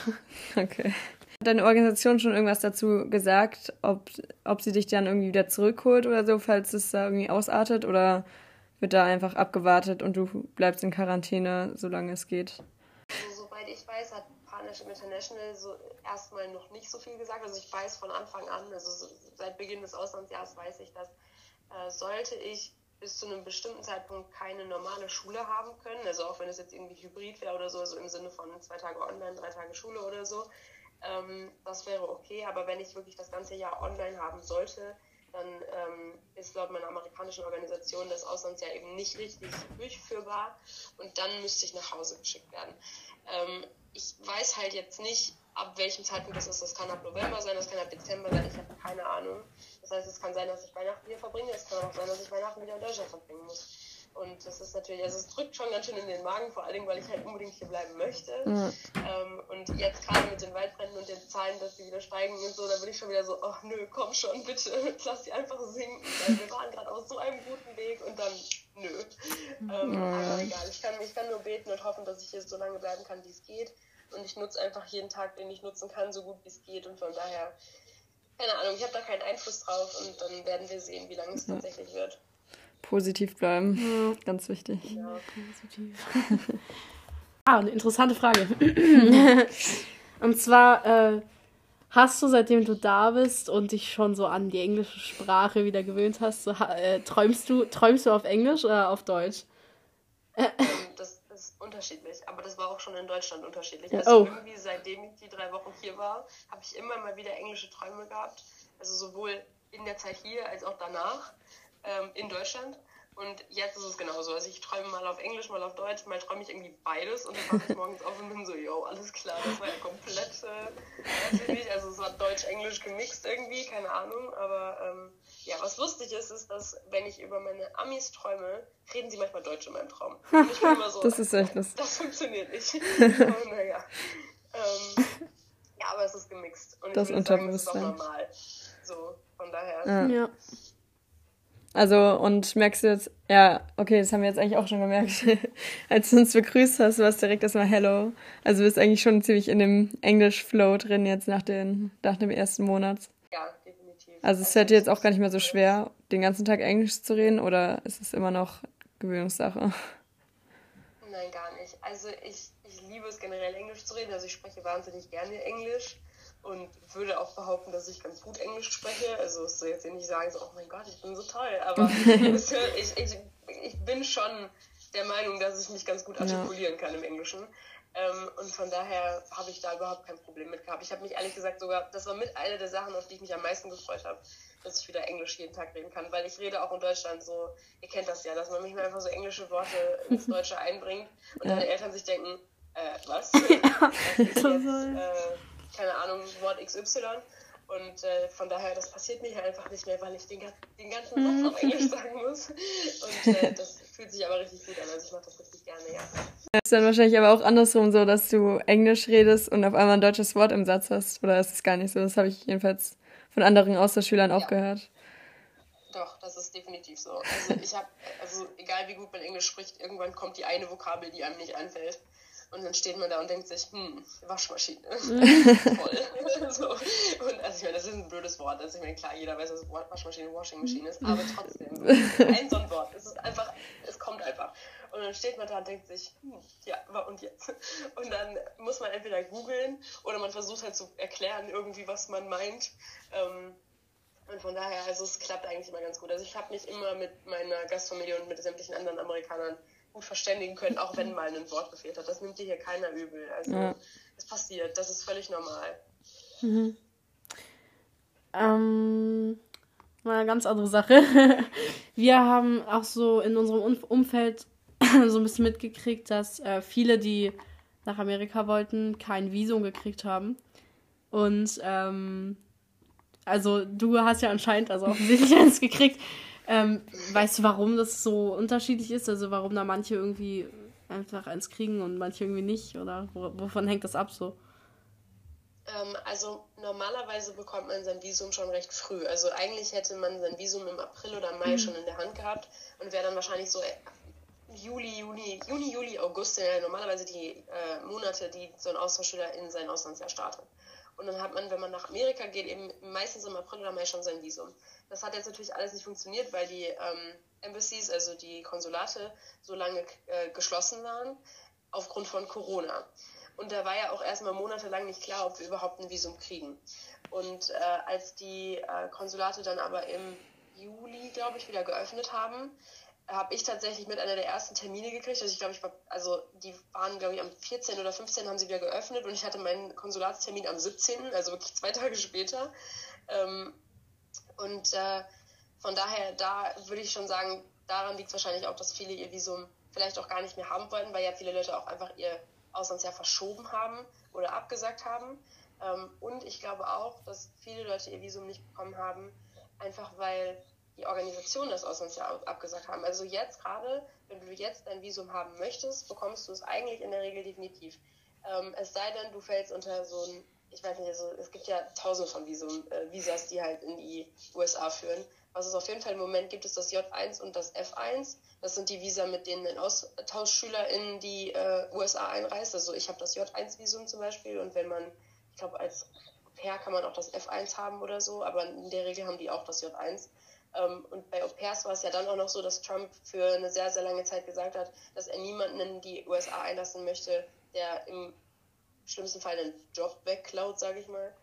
Okay. Hat deine Organisation schon irgendwas dazu gesagt, ob, ob sie dich dann irgendwie wieder zurückholt oder so, falls es da irgendwie ausartet, oder wird da einfach abgewartet und du bleibst in Quarantäne, solange es geht? Also, soweit ich weiß, hat Partnership International so erstmal noch nicht so viel gesagt. Also ich weiß von Anfang an, also so, seit Beginn des Auslandsjahres weiß ich, dass äh, sollte ich bis zu einem bestimmten Zeitpunkt keine normale Schule haben können, also auch wenn es jetzt irgendwie hybrid wäre oder so, also im Sinne von zwei Tage online, drei Tage Schule oder so, ähm, das wäre okay, aber wenn ich wirklich das ganze Jahr online haben sollte, dann ähm, ist laut meiner amerikanischen Organisation das Auslandsjahr eben nicht richtig durchführbar und dann müsste ich nach Hause geschickt werden. Ähm, ich weiß halt jetzt nicht, ab welchem Zeitpunkt das ist. Das kann ab November sein, das kann ab Dezember sein, ich habe keine Ahnung. Das heißt, es kann sein, dass ich Weihnachten hier verbringe, es kann auch sein, dass ich Weihnachten wieder in Deutschland verbringen muss. Und das ist natürlich, also es drückt schon ganz schön in den Magen, vor allen Dingen, weil ich halt unbedingt hier bleiben möchte. Mhm. Ähm, und jetzt gerade mit den Waldbränden und den Zahlen, dass die wieder steigen und so, da bin ich schon wieder so, ach nö, komm schon, bitte, lass sie einfach sinken. Weil wir waren gerade auf so einem guten Weg und dann, nö. Ähm, mhm. Aber egal, ich kann, ich kann nur beten und hoffen, dass ich hier so lange bleiben kann, wie es geht. Und ich nutze einfach jeden Tag, den ich nutzen kann, so gut wie es geht. Und von daher, keine Ahnung, ich habe da keinen Einfluss drauf und dann werden wir sehen, wie lange es mhm. tatsächlich wird. Positiv bleiben, ja. Ganz wichtig. Ja, positiv. Ah, eine interessante Frage. Und zwar, äh, hast du, seitdem du da bist und dich schon so an die englische Sprache wieder gewöhnt hast, so, äh, träumst du, träumst du auf Englisch oder auf Deutsch? Ähm, das ist unterschiedlich, aber das war auch schon in Deutschland unterschiedlich. Also oh. irgendwie, seitdem ich die drei Wochen hier war, habe ich immer mal wieder englische Träume gehabt. Also sowohl in der Zeit hier als auch danach. In Deutschland Und jetzt ist es genauso. Also ich träume mal auf Englisch, mal auf Deutsch, mal träume ich irgendwie beides und dann wache ich morgens auf und bin so, yo, alles klar, das war ja komplett, äh, weiß ich nicht, also es war Deutsch-Englisch gemixt irgendwie, keine Ahnung, aber ähm, ja, was lustig ist, ist, dass wenn ich über meine Amis träume, reden sie manchmal Deutsch in meinem Traum. Und ich bin immer so, das ist echt lustig. Das funktioniert nicht. Und, naja. Ähm, ja, aber es ist gemixt. Und das ich würde sagen, das ist auch Unterbewusstsein. normal. So, von daher. Ja. Ja. Also, und merkst du jetzt, ja, okay, das haben wir jetzt eigentlich auch schon gemerkt, als du uns begrüßt hast, du warst direkt erstmal Hello. Also du bist eigentlich schon ziemlich in dem Englisch-Flow drin jetzt nach, den, nach dem ersten Monat. Ja, definitiv. Also es fällt dir jetzt auch gar nicht mehr so schwer, den ganzen Tag Englisch zu reden, oder ist es immer noch Gewöhnungssache? Nein, gar nicht. Also ich, ich liebe es generell Englisch zu reden, also ich spreche wahnsinnig gerne Englisch. Und würde auch behaupten, dass ich ganz gut Englisch spreche. Also es soll jetzt nicht sagen, so, oh mein Gott, ich bin so toll. Aber es, ich, ich, ich bin schon der Meinung, dass ich mich ganz gut artikulieren kann im Englischen. Ähm, und von daher habe ich da überhaupt kein Problem mit gehabt. Ich habe mich ehrlich gesagt sogar, das war mit einer der Sachen, auf die ich mich am meisten gefreut habe, dass ich wieder Englisch jeden Tag reden kann. Weil ich rede auch in Deutschland so, ihr kennt das ja, dass man mich mal einfach so englische Worte ins Deutsche einbringt und deine Eltern sich denken, äh, was? was ist jetzt, äh, keine Ahnung, Wort X Y und äh, von daher, das passiert mir hier einfach nicht mehr, weil ich den, den ganzen Satz auf Englisch sagen muss und äh, das fühlt sich aber richtig gut an, also ich mache das richtig gerne, ja. Es ist dann wahrscheinlich aber auch andersrum so, dass du Englisch redest und auf einmal ein deutsches Wort im Satz hast, oder ist es gar nicht so? Das habe ich jedenfalls von anderen Austauschschülern auch ja. gehört. Doch, das ist definitiv so. Also ich habe, also egal wie gut man Englisch spricht, irgendwann kommt die eine Vokabel, die einem nicht einfällt. Und dann steht man da und denkt sich, hm, Waschmaschine, toll. so. Und also ich meine, das ist ein blödes Wort. Also ich meine, klar, jeder weiß, dass Waschmaschine Washing Machine ist, aber trotzdem, so ein so ein Wort. Es ist einfach, es kommt einfach. Und dann steht man da und denkt sich, hm, ja, und jetzt? Und dann muss man entweder googeln oder man versucht halt zu erklären irgendwie, was man meint. Ähm, und von daher, also es klappt eigentlich immer ganz gut. Also ich habe mich immer mit meiner Gastfamilie und mit sämtlichen anderen Amerikanern gut verständigen können, auch wenn mal ein Wort gefehlt hat. Das nimmt dir hier keiner übel. Also ja. Es passiert, das ist völlig normal. Mhm. Ähm, mal eine ganz andere Sache. Wir haben auch so in unserem Umfeld so ein bisschen mitgekriegt, dass äh, viele, die nach Amerika wollten, kein Visum gekriegt haben. Und ähm, also du hast ja anscheinend also offensichtlich eins gekriegt. Ähm, weißt du, warum das so unterschiedlich ist? Also warum da manche irgendwie einfach eins kriegen und manche irgendwie nicht? Oder wo, wovon hängt das ab so? Ähm, also normalerweise bekommt man sein Visum schon recht früh. Also eigentlich hätte man sein Visum im April oder Mai mhm. schon in der Hand gehabt und wäre dann wahrscheinlich so Juli, Juni, Juni, Juli, August sind ja normalerweise die äh, Monate, die so ein Austauschschüler in sein Auslandsjahr startet. Und dann hat man, wenn man nach Amerika geht, eben meistens im April oder Mai schon sein Visum. Das hat jetzt natürlich alles nicht funktioniert, weil die ähm, Embassies, also die Konsulate, so lange äh, geschlossen waren, aufgrund von Corona. Und da war ja auch erstmal monatelang nicht klar, ob wir überhaupt ein Visum kriegen. Und äh, als die äh, Konsulate dann aber im Juli, glaube ich, wieder geöffnet haben, habe ich tatsächlich mit einer der ersten Termine gekriegt. Also ich glaube, ich war, also die waren, glaube ich, am vierzehnten oder fünfzehnten haben sie wieder geöffnet und ich hatte meinen Konsulatstermin am siebzehnten, also wirklich zwei Tage später. Ähm, und äh, von daher, da würde ich schon sagen, daran liegt es wahrscheinlich auch, dass viele ihr Visum vielleicht auch gar nicht mehr haben wollten, weil ja viele Leute auch einfach ihr Auslandsjahr verschoben haben oder abgesagt haben. Ähm, und ich glaube auch, dass viele Leute ihr Visum nicht bekommen haben, einfach weil die Organisation das Auslandsjahr abgesagt haben. Also jetzt gerade, wenn du jetzt dein Visum haben möchtest, bekommst du es eigentlich in der Regel definitiv. Ähm, es sei denn, du fällst unter so ein, ich weiß nicht, also es gibt ja tausende von Visum, äh, Visas, die halt in die U S A führen. Was es auf jeden Fall im Moment gibt, ist das J eins und das F eins. Das sind die Visa, mit denen ein Austauschschüler in die äh, U S A einreist. Also ich habe das J eins Visum zum Beispiel und wenn man, ich glaube als Au-pair kann man auch das F eins haben oder so, aber in der Regel haben die auch das J eins. Und bei Au-pairs war es ja dann auch noch so, dass Trump für eine sehr, sehr lange Zeit gesagt hat, dass er niemanden in die U S A einlassen möchte, der im schlimmsten Fall einen Job wegklaut, sage ich mal.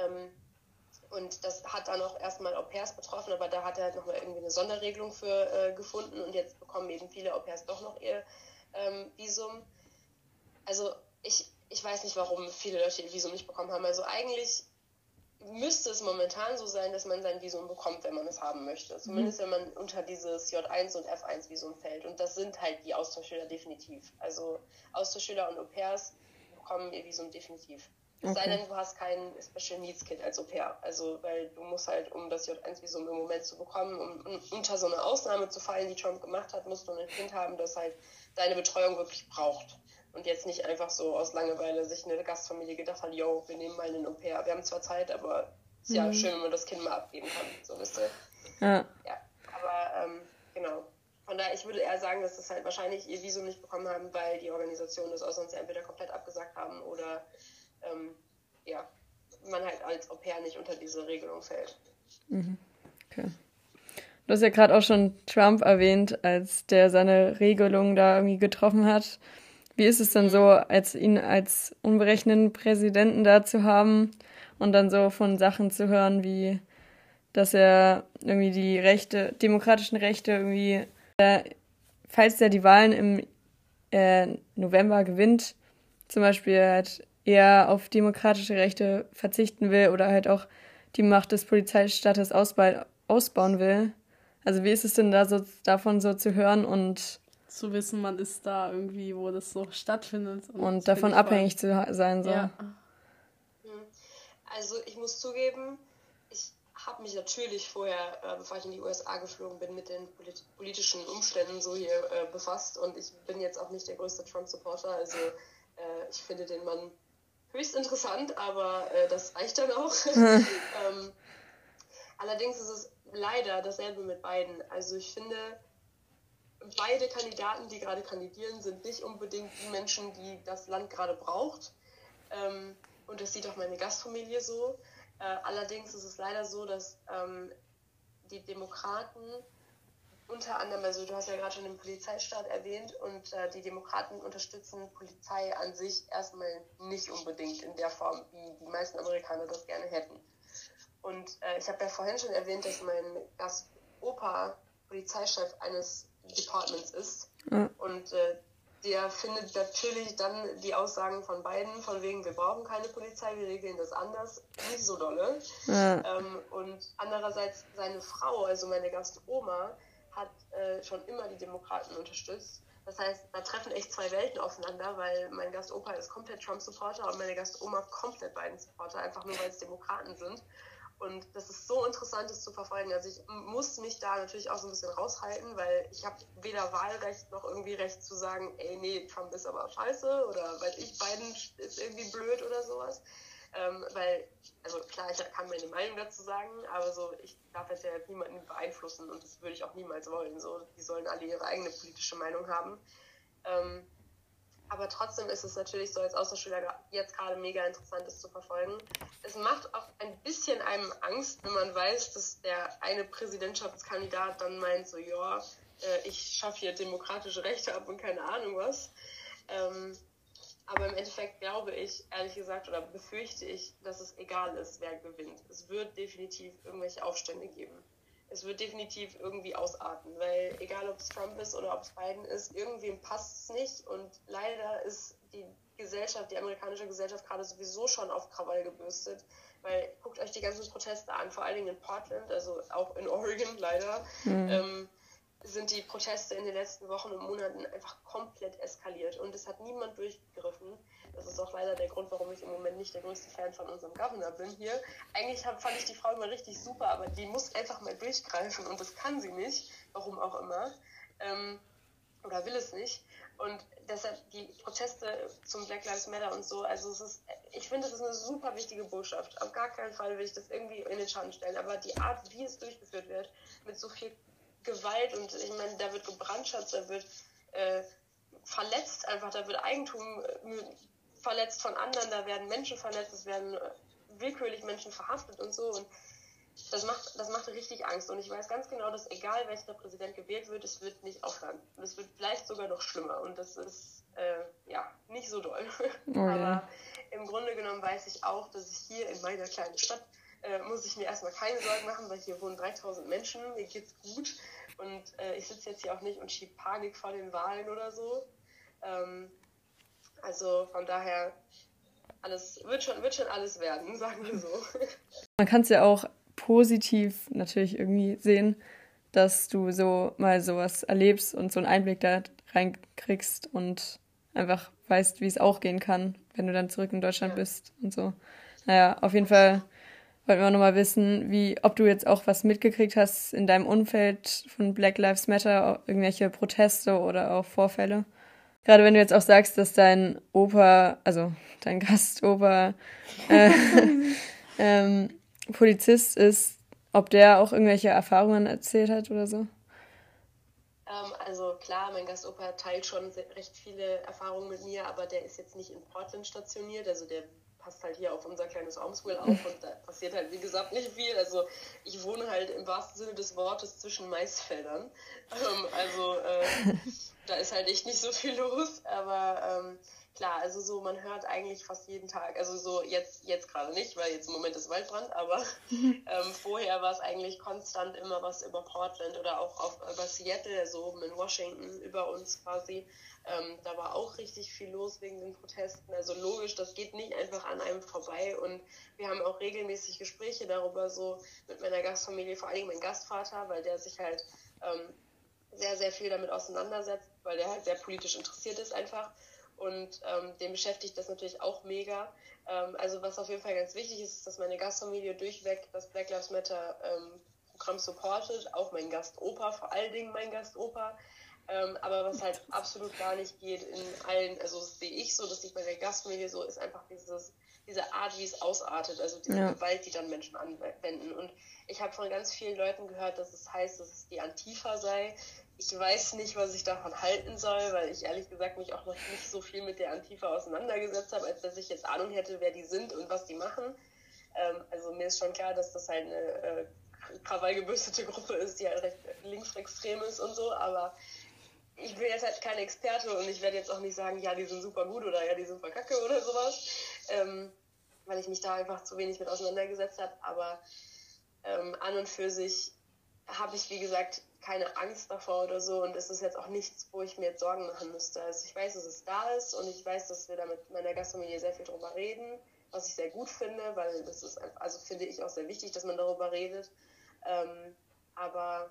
Und das hat dann auch erstmal Au-pairs betroffen, aber da hat er halt nochmal irgendwie eine Sonderregelung für gefunden und jetzt bekommen eben viele Au-pairs doch noch ihr Visum. Also ich, ich weiß nicht, warum viele Leute ihr Visum nicht bekommen haben. Also eigentlich müsste es momentan so sein, dass man sein Visum bekommt, wenn man es haben möchte. Zumindest wenn man unter dieses J eins und F eins Visum fällt. Und das sind halt die Austauschschüler definitiv. Also Austauschschüler und Au-pairs bekommen ihr Visum definitiv. Es okay. sei denn, du hast kein Special Needs Kid als Au-pair. Also, weil du musst halt, um das J eins Visum im Moment zu bekommen, um, um unter so eine Ausnahme zu fallen, die Trump gemacht hat, musst du ein Kind haben, das halt deine Betreuung wirklich braucht. Und jetzt nicht einfach so aus Langeweile sich eine Gastfamilie gedacht hat, yo, wir nehmen mal einen Au-pair. Wir haben zwar Zeit, aber es ist mhm. ja schön, wenn man das Kind mal abgeben kann. So, wisst ihr? Ja. Ja, aber ähm, genau. Von daher, ich würde eher sagen, dass das halt wahrscheinlich ihr Visum nicht bekommen haben, weil die Organisationen das Auslands entweder komplett abgesagt haben oder ähm, ja, man halt als Au-pair nicht unter diese Regelung fällt. Mhm. Okay. Du hast ja gerade auch schon Trump erwähnt, als der seine Regelung da irgendwie getroffen hat. Wie ist es denn so, als ihn als unberechneten Präsidenten da zu haben und dann so von Sachen zu hören, wie dass er irgendwie die Rechte, demokratischen Rechte irgendwie, äh, falls er die Wahlen im äh, November gewinnt, zum Beispiel halt eher auf demokratische Rechte verzichten will oder halt auch die Macht des Polizeistaates ausba- ausbauen will. Also wie ist es denn da so davon so zu hören und zu wissen, man ist da irgendwie, wo das so stattfindet. Und, und davon abhängig zu sein. So. Ja. Also ich muss zugeben, ich habe mich natürlich vorher, äh, bevor ich in die U S A geflogen bin, mit den polit- politischen Umständen so hier äh, befasst und ich bin jetzt auch nicht der größte Trump-Supporter, also äh, ich finde den Mann höchst interessant, aber äh, das reicht dann auch. ähm, allerdings ist es leider dasselbe mit beiden. Also ich finde, beide Kandidaten, die gerade kandidieren, sind nicht unbedingt die Menschen, die das Land gerade braucht. Ähm, und das sieht auch meine Gastfamilie so. Äh, allerdings ist es leider so, dass ähm, die Demokraten unter anderem, also du hast ja gerade schon den Polizeistaat erwähnt, und äh, die Demokraten unterstützen Polizei an sich erstmal nicht unbedingt in der Form, wie die meisten Amerikaner das gerne hätten. Und äh, ich habe ja vorhin schon erwähnt, dass mein Gastopa Polizeichef eines Departments ist. Ja. Und äh, der findet natürlich dann die Aussagen von beiden, von wegen, wir brauchen keine Polizei, wir regeln das anders, nicht so dolle. Ja. Ähm, und andererseits seine Frau, also meine Gastoma, hat äh, schon immer die Demokraten unterstützt. Das heißt, da treffen echt zwei Welten aufeinander, weil mein Gastopa ist komplett Trump-Supporter und meine Gastoma komplett Biden-Supporter, einfach nur weil es Demokraten sind. Und das ist so interessant, das zu verfolgen. Also ich muss mich da natürlich auch so ein bisschen raushalten, weil ich habe weder Wahlrecht noch irgendwie Recht zu sagen, ey, nee, Trump ist aber scheiße oder weiß ich, Biden ist irgendwie blöd oder sowas. Ähm, weil, also klar, ich kann meine Meinung dazu sagen, aber so, ich darf jetzt ja niemanden beeinflussen und das würde ich auch niemals wollen. So, die sollen alle ihre eigene politische Meinung haben. Ähm, Aber trotzdem ist es natürlich so als Austauschschüler jetzt gerade mega interessant, das zu verfolgen. Es macht auch ein bisschen einem Angst, wenn man weiß, dass der eine Präsidentschaftskandidat dann meint, so ja, äh, ich schaffe hier demokratische Rechte ab und keine Ahnung was. Ähm, aber im Endeffekt glaube ich, ehrlich gesagt, oder befürchte ich, dass es egal ist, wer gewinnt. Es wird definitiv irgendwelche Aufstände geben. Es wird definitiv irgendwie ausarten, weil egal ob es Trump ist oder ob es Biden ist, irgendwem passt es nicht und leider ist die Gesellschaft, die amerikanische Gesellschaft gerade sowieso schon auf Krawall gebürstet, weil guckt euch die ganzen Proteste an, vor allen Dingen in Portland, also auch in Oregon leider, mhm. ähm, sind die Proteste in den letzten Wochen und Monaten einfach komplett eskaliert und es hat niemand durchgegriffen. Das ist auch leider der Grund, warum ich im Moment nicht der größte Fan von unserem Governor bin hier. Eigentlich hab, fand ich die Frau immer richtig super, aber die muss einfach mal durchgreifen und das kann sie nicht, warum auch immer, ähm, oder will es nicht. Und deshalb die Proteste zum Black Lives Matter und so, also es ist, ich finde, das ist eine super wichtige Botschaft. Auf gar keinen Fall will ich das irgendwie in den Schatten stellen, aber die Art, wie es durchgeführt wird, mit so viel Gewalt und ich meine, da wird gebrandschatzt, da wird äh, verletzt einfach, da wird Eigentum äh, verletzt von anderen, da werden Menschen verletzt, es werden äh, willkürlich Menschen verhaftet und so und das macht, das macht richtig Angst und ich weiß ganz genau, dass egal welcher Präsident gewählt wird, es wird nicht aufhören und es wird vielleicht sogar noch schlimmer und das ist äh, ja nicht so doll. Okay. Aber im Grunde genommen weiß ich auch, dass ich hier in meiner kleinen Stadt Äh, muss ich mir erstmal keine Sorgen machen, weil hier wohnen dreitausend Menschen, mir geht's gut und äh, ich sitze jetzt hier auch nicht und schiebe Panik vor den Wahlen oder so. Ähm, also von daher alles, wird schon, wird schon alles werden, sagen wir so. Man kann es ja auch positiv natürlich irgendwie sehen, dass du so mal sowas erlebst und so einen Einblick da reinkriegst und einfach weißt, wie es auch gehen kann, wenn du dann zurück in Deutschland ja. bist und so. Naja, auf jeden Fall wollten wir auch nochmal wissen, wie, ob du jetzt auch was mitgekriegt hast in deinem Umfeld von Black Lives Matter, irgendwelche Proteste oder auch Vorfälle. Gerade wenn du jetzt auch sagst, dass dein Opa, also dein Gastopa, äh, ähm, Polizist ist, ob der auch irgendwelche Erfahrungen erzählt hat oder so? Ähm, also klar, mein Gastopa teilt schon recht viele Erfahrungen mit mir, aber der ist jetzt nicht in Portland stationiert, also der passt halt hier auf unser kleines Armswell auf und da passiert halt wie gesagt nicht viel. Also ich wohne halt im wahrsten Sinne des Wortes zwischen Maisfeldern. Ähm, also äh, da ist halt echt nicht so viel los, aber ähm, klar, also so man hört eigentlich fast jeden Tag, also so jetzt jetzt gerade nicht, weil jetzt im Moment ist Waldbrand, aber ähm, vorher war es eigentlich konstant immer was über Portland oder auch auf, über Seattle, also oben in Washington, über uns quasi. Ähm, da war auch richtig viel los wegen den Protesten. Also logisch, das geht nicht einfach an einem vorbei. Und wir haben auch regelmäßig Gespräche darüber, so mit meiner Gastfamilie, vor allem mein Gastvater, weil der sich halt ähm, sehr, sehr viel damit auseinandersetzt, weil der halt sehr politisch interessiert ist einfach. Und ähm, den beschäftigt das natürlich auch mega. Ähm, also was auf jeden Fall ganz wichtig ist, ist, dass meine Gastfamilie durchweg das Black Lives Matter ähm, Programm supportet. Auch mein Gastopa, vor allen Dingen mein Gastopa. Ähm, aber was halt absolut gar nicht geht in allen, also das sehe ich so, das sieht bei der Gastfamilie so, ist einfach dieses, diese Art, wie es ausartet, also diese ja. Gewalt, die dann Menschen anwenden. Und ich habe von ganz vielen Leuten gehört, dass es heißt, dass es die Antifa sei. Ich weiß nicht, was ich davon halten soll, weil ich ehrlich gesagt mich auch noch nicht so viel mit der Antifa auseinandergesetzt habe, als dass ich jetzt Ahnung hätte, wer die sind und was die machen. Ähm, also mir ist schon klar, dass das halt eine äh, krawallgebürstete Gruppe ist, die halt recht linksextrem ist und so, aber ich bin jetzt halt keine Experte und ich werde jetzt auch nicht sagen, ja, die sind super gut oder ja, die sind voll kacke oder sowas, ähm, weil ich mich da einfach zu wenig mit auseinandergesetzt habe. Aber ähm, an und für sich habe ich, wie gesagt, keine Angst davor oder so und es ist jetzt auch nichts, wo ich mir jetzt Sorgen machen müsste. Also ich weiß, dass es da ist und ich weiß, dass wir da mit meiner Gastfamilie sehr viel drüber reden, was ich sehr gut finde, weil das ist, also finde ich auch sehr wichtig, dass man darüber redet. Ähm, aber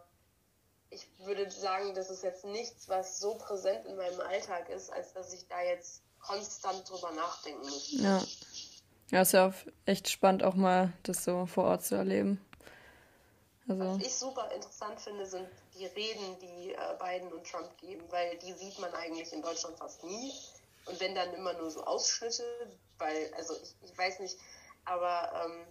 ich würde sagen, das ist jetzt nichts, was so präsent in meinem Alltag ist, als dass ich da jetzt konstant drüber nachdenken müsste. Ja. Ja, ist ja auch echt spannend, auch mal das so vor Ort zu erleben. Also. Was ich super interessant finde, sind die Reden, die äh, Biden und Trump geben, weil die sieht man eigentlich in Deutschland fast nie. Und wenn dann immer nur so Ausschnitte, weil, also ich, ich weiß nicht, aber ähm,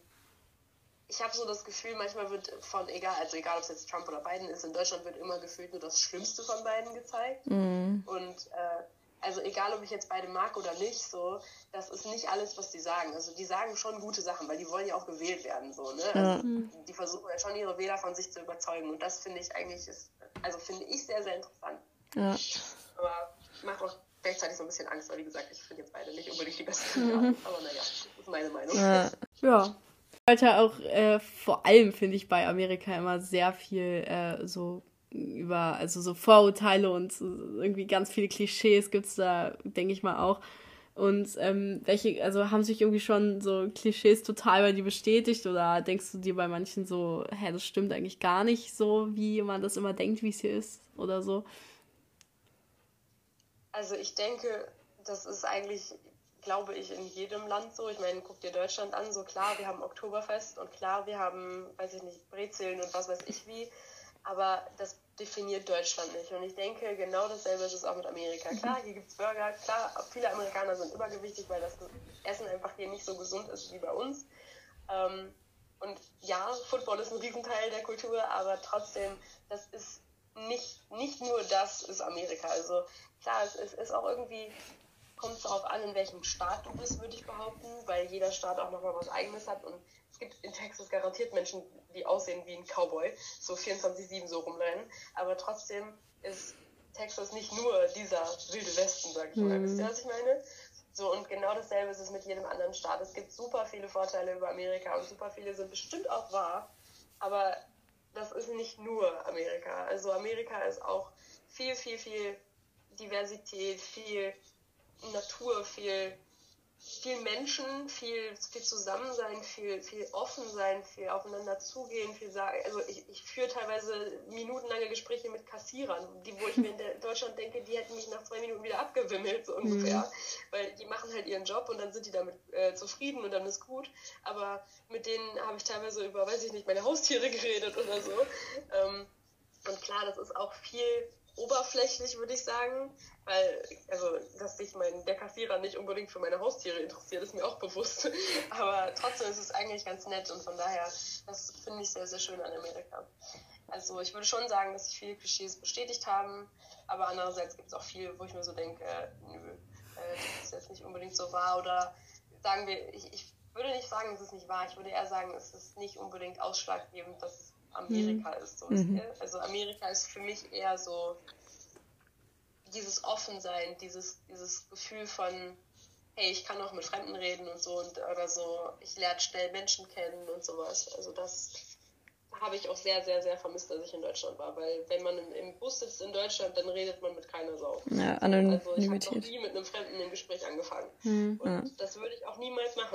ich habe so das Gefühl, manchmal wird von, egal, also egal ob es jetzt Trump oder Biden ist, in Deutschland wird immer gefühlt nur das Schlimmste von beiden gezeigt. Mhm. Und äh, also egal, ob ich jetzt beide mag oder nicht, so, das ist nicht alles, was die sagen. Also die sagen schon gute Sachen, weil die wollen ja auch gewählt werden, so, ne? Also mhm. die versuchen ja schon ihre Wähler von sich zu überzeugen. Und das finde ich eigentlich, ist, also finde ich sehr, sehr interessant. Ja. Aber macht auch gleichzeitig so ein bisschen Angst, weil wie gesagt, ich finde jetzt beide nicht unbedingt die besten Kandidaten. Mhm. Aber naja, das ist meine Meinung. Ja. ja. Heute auch äh, vor allem finde ich bei Amerika immer sehr viel äh, so über, also so Vorurteile und so irgendwie ganz viele Klischees gibt es da, denke ich mal auch. Und ähm, welche, also haben sich irgendwie schon so Klischees total bei dir bestätigt oder denkst du dir bei manchen so, hä, das stimmt eigentlich gar nicht so, wie man das immer denkt, wie es hier ist oder so? Also ich denke, das ist eigentlich, glaube ich, in jedem Land so. Ich meine, guck dir Deutschland an, so klar, wir haben Oktoberfest und klar, wir haben, weiß ich nicht, Brezeln und was weiß ich wie, aber das definiert Deutschland nicht. Und ich denke, genau dasselbe ist es auch mit Amerika. Klar, hier gibt es Burger, klar, viele Amerikaner sind übergewichtig, weil das Essen einfach hier nicht so gesund ist wie bei uns. Ähm, und ja, Football ist ein Riesenteil der Kultur, aber trotzdem, das ist nicht, nicht nur das ist Amerika. Also klar, es, es ist auch irgendwie, kommt es darauf an, in welchem Staat du bist, würde ich behaupten, weil jeder Staat auch nochmal was Eigenes hat und es gibt in Texas garantiert Menschen, die aussehen wie ein Cowboy, so vierundzwanzig sieben so rumrennen, aber trotzdem ist Texas nicht nur dieser wilde Westen, sag ich mal, mhm. wisst ihr, was ich meine? So, und genau dasselbe ist es mit jedem anderen Staat. Es gibt super viele Vorteile über Amerika und super viele sind bestimmt auch wahr, aber das ist nicht nur Amerika. Also Amerika ist auch viel, viel, viel Diversität, viel Natur, viel viel Menschen, viel, viel Zusammensein, viel, viel offen sein, viel aufeinander zugehen, viel sagen. Also ich, ich führe teilweise minutenlange Gespräche mit Kassierern, die, wo ich mir in Deutschland denke, die hätten mich nach zwei Minuten wieder abgewimmelt, so ungefähr. Mhm. Weil die machen halt ihren Job und dann sind die damit äh, zufrieden und dann ist gut. Aber mit denen habe ich teilweise über, weiß ich nicht, meine Haustiere geredet oder so. Ähm, und klar, das ist auch viel oberflächlich, würde ich sagen, weil, also, dass sich mein, der Kassierer nicht unbedingt für meine Haustiere interessiert, ist mir auch bewusst, aber trotzdem ist es eigentlich ganz nett und von daher, das finde ich sehr, sehr schön an Amerika. Also ich würde schon sagen, dass sich viele Klischees bestätigt haben, aber andererseits gibt es auch viel, wo ich mir so denke, äh, nö, äh, das ist jetzt nicht unbedingt so wahr oder sagen wir, ich, ich würde nicht sagen, es ist nicht wahr, ich würde eher sagen, es ist nicht unbedingt ausschlaggebend, dass Amerika mhm. ist. So. Mhm. Also Amerika ist für mich eher so dieses Offensein, dieses, dieses Gefühl von, hey, ich kann auch mit Fremden reden und so und oder so, ich lerne schnell Menschen kennen und sowas. Also das habe ich auch sehr, sehr, sehr vermisst, als ich in Deutschland war, weil wenn man im, im Bus sitzt in Deutschland, dann redet man mit keiner Sau. Ja, Anonymität. Also ich habe noch nie mit einem Fremden ein Gespräch angefangen. Mhm. Und ja. das würde ich auch niemals machen.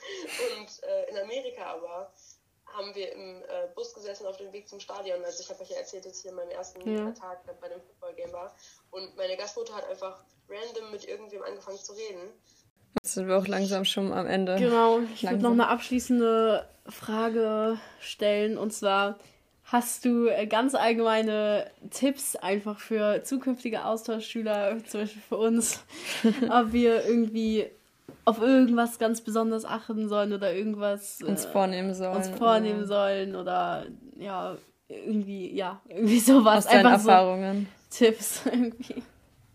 Und äh, in Amerika aber haben wir im äh, Bus gesessen auf dem Weg zum Stadion. Also ich habe euch ja erzählt, dass ich hier in meinem ersten ja. Tag bei dem Football-Game war. Und meine Gastmutter hat einfach random mit irgendwem angefangen zu reden. Jetzt sind wir auch langsam schon am Ende. Genau, ich würde noch eine abschließende Frage stellen. Und zwar, hast du ganz allgemeine Tipps einfach für zukünftige Austauschschüler, zum Beispiel für uns, ob wir irgendwie auf irgendwas ganz besonders achten sollen oder irgendwas uns vornehmen sollen. Uns vornehmen oder sollen oder ja, irgendwie, ja, irgendwie sowas. Aus deinen einfach Erfahrungen. So Tipps irgendwie.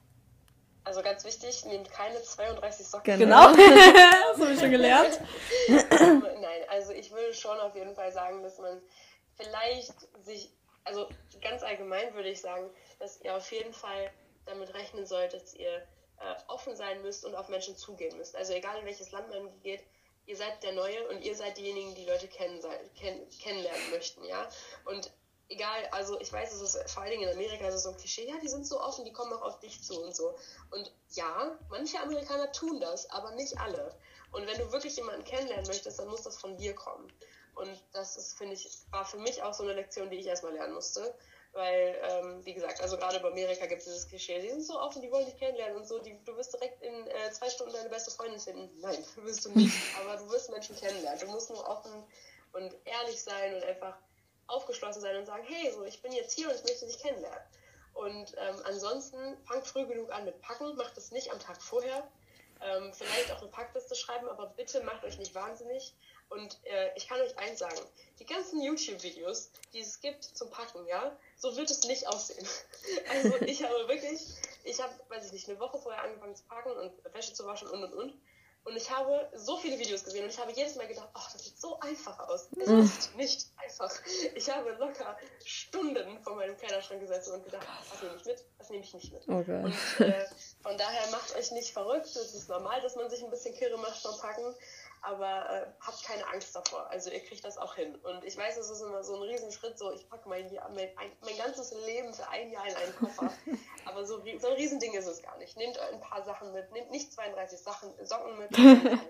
Also ganz wichtig, nehmt keine zweiunddreißig Socken. Genau, das habe ich schon gelernt. ähm, nein, also ich würde schon auf jeden Fall sagen, dass man vielleicht sich, also ganz allgemein würde ich sagen, dass ihr auf jeden Fall damit rechnen sollt, dass ihr Äh, offen sein müsst und auf Menschen zugehen müsst. Also egal in welches Land man geht, ihr seid der Neue und ihr seid diejenigen, die Leute kennen, kenn, kennenlernen möchten, ja. Und egal, also ich weiß, es ist vor allen Dingen in Amerika so ein Klischee, ja, die sind so offen, die kommen auch auf dich zu und so. Und ja, manche Amerikaner tun das, aber nicht alle. Und wenn du wirklich jemanden kennenlernen möchtest, dann muss das von dir kommen. Und das ist, finde ich, war für mich auch so eine Lektion, die ich erstmal lernen musste. Weil, ähm, wie gesagt, also gerade bei Amerika gibt es dieses Klischee, die sind so offen, die wollen dich kennenlernen und so, die, du wirst direkt in äh, zwei Stunden deine beste Freundin finden. Nein, wirst du nicht, aber du wirst Menschen kennenlernen. Du musst nur offen und ehrlich sein und einfach aufgeschlossen sein und sagen, hey, so, ich bin jetzt hier und ich möchte dich kennenlernen. Und ähm, ansonsten fangt früh genug an mit Packen, macht es nicht am Tag vorher. Ähm, vielleicht auch eine Packliste schreiben, aber bitte macht euch nicht wahnsinnig. Und äh, ich kann euch eins sagen, die ganzen YouTube-Videos, die es gibt zum Packen, ja, so wird es nicht aussehen. Also ich habe wirklich, ich habe, weiß ich nicht, eine Woche vorher angefangen zu packen und Wäsche zu waschen und und und. Und ich habe so viele Videos gesehen und ich habe jedes Mal gedacht, ach, das sieht so einfach aus. Es mm. ist nicht einfach. Ich habe locker Stunden vor meinem Kleiderschrank gesessen und gedacht, was nehme ich mit, was nehme ich nicht mit. Okay. Und äh, von daher macht euch nicht verrückt. Es ist normal, dass man sich ein bisschen kirre macht vom Packen. Aber äh, habt keine Angst davor. Also ihr kriegt das auch hin. Und ich weiß, es ist immer so ein Riesenschritt, so ich packe mein, mein, mein ganzes Leben für ein Jahr in einen Koffer. Aber so, so ein Riesending ist es gar nicht. Nehmt ein paar Sachen mit, nehmt nicht zweiunddreißig Sachen, Socken mit.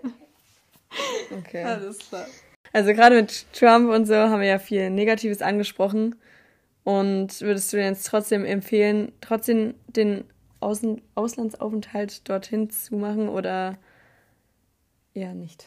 Okay. Alles klar. Also gerade mit Trump und so haben wir ja viel Negatives angesprochen. Und würdest du dir jetzt trotzdem empfehlen, trotzdem den Außen- Auslandsaufenthalt dorthin zu machen oder eher nicht?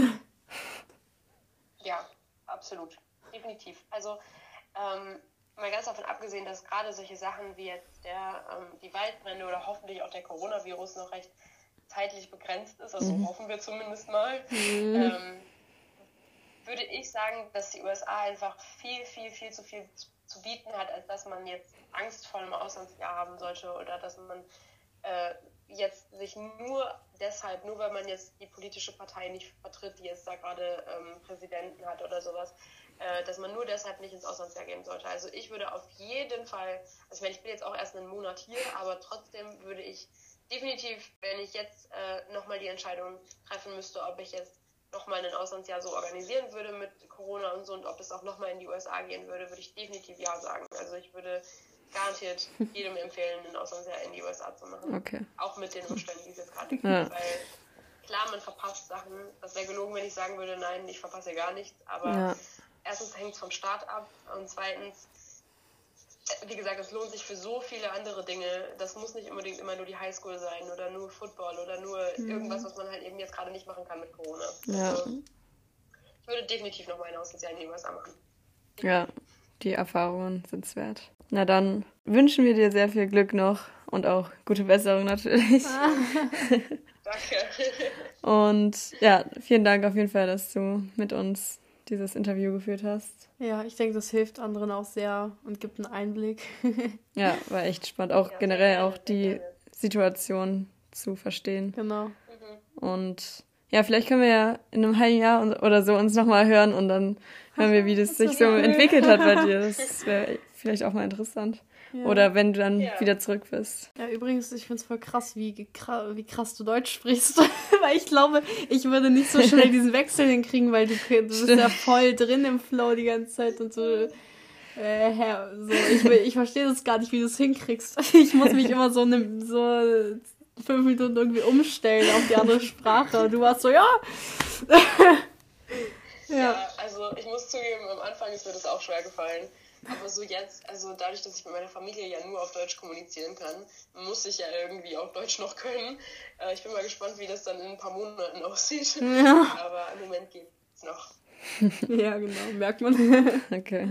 Ja, absolut. Definitiv. Also ähm, mal ganz davon abgesehen, dass gerade solche Sachen wie jetzt der, ähm, die Waldbrände oder hoffentlich auch der Coronavirus noch recht zeitlich begrenzt ist, also mhm. hoffen wir zumindest mal, mhm. ähm, würde ich sagen, dass die U S A einfach viel, viel, viel zu viel zu, zu bieten hat, als dass man jetzt Angst vor einem Auslandsjahr haben sollte oder dass man äh, jetzt sich nur deshalb, nur weil man jetzt die politische Partei nicht vertritt, die jetzt da gerade ähm, Präsidenten hat oder sowas, äh, dass man nur deshalb nicht ins Auslandsjahr gehen sollte. Also ich würde auf jeden Fall, also ich meine, ich bin jetzt auch erst einen Monat hier, aber trotzdem würde ich definitiv, wenn ich jetzt äh, nochmal die Entscheidung treffen müsste, ob ich jetzt nochmal ein Auslandsjahr so organisieren würde mit Corona und so und ob es auch nochmal in die U S A gehen würde, würde ich definitiv ja sagen. Also ich würde garantiert jedem empfehlen, ein Auslandsjahr in die U S A zu machen. Okay. Auch mit den Umständen, die es jetzt gerade gibt. Ja. Weil klar, man verpasst Sachen. Das wäre gelogen, wenn ich sagen würde, nein, ich verpasse gar nichts. Aber Ja. erstens hängt es vom Start ab und zweitens, wie gesagt, es lohnt sich für so viele andere Dinge. Das muss nicht unbedingt immer nur die Highschool sein oder nur Football oder nur Mhm. irgendwas, was man halt eben jetzt gerade nicht machen kann mit Corona. Ja. Also, ich würde definitiv noch mal ein Auslandsjahr in den U S A machen. Ja, die Erfahrungen sind es wert. Na dann wünschen wir dir sehr viel Glück noch und auch gute Besserung natürlich. Danke. Und ja, vielen Dank auf jeden Fall, dass du mit uns dieses Interview geführt hast. Ja, ich denke, das hilft anderen auch sehr und gibt einen Einblick. Ja, war echt spannend. Auch Ja, generell sehr auch gerne, die sehr gerne. Situation zu verstehen. Genau. Mhm. Und ja, vielleicht können wir ja in einem halben Jahr und- oder so uns nochmal hören und dann hören wir, wie das sich so cool. entwickelt hat bei dir. Das wäre vielleicht auch mal interessant. Ja. Oder wenn du dann Ja. wieder zurück bist. Ja, übrigens, ich finde es voll krass, wie, gekra- wie krass du Deutsch sprichst. Weil ich glaube, ich würde nicht so schnell diesen Wechsel hinkriegen, weil du, du bist ja voll drin im Flow die ganze Zeit und so. Äh, Herr, so ich, will- ich verstehe das gar nicht, wie du es hinkriegst. Ich muss mich immer so, ne, so fünf Minuten irgendwie umstellen auf die andere Sprache. Du warst so, ja. Ja. Ja. Also ich muss zugeben, am Anfang ist mir das auch schwer gefallen. Aber so jetzt, also dadurch, dass ich mit meiner Familie ja nur auf Deutsch kommunizieren kann, muss ich ja irgendwie auch Deutsch noch können. Äh, ich bin mal gespannt, wie das dann in ein paar Monaten aussieht. Ja. Aber im Moment geht's noch. Ja, genau, merkt man. Okay.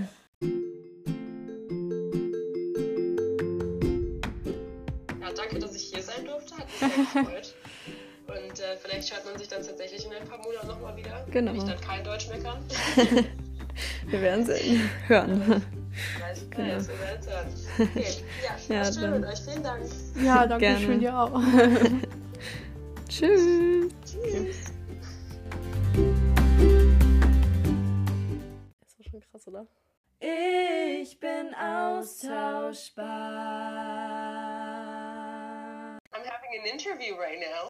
Ja, danke, dass ich hier sein durfte. Hat mich sehr gefreut. Und äh, vielleicht hört man sich dann tatsächlich in ein paar Monaten nochmal wieder. Genau. Wenn ich dann kein Deutsch mehr kann. Wir werden sehen. Hören. Weiß ich Genau. nicht, wir werden es hören. Okay, ja, Ja, war schön dann. mit euch. Vielen Dank. Ja, danke Gerne. schön dir auch. Tschüss. Tschüss. Ist doch schon krass, oder? Ich bin austauschbar. I'm having an interview right now.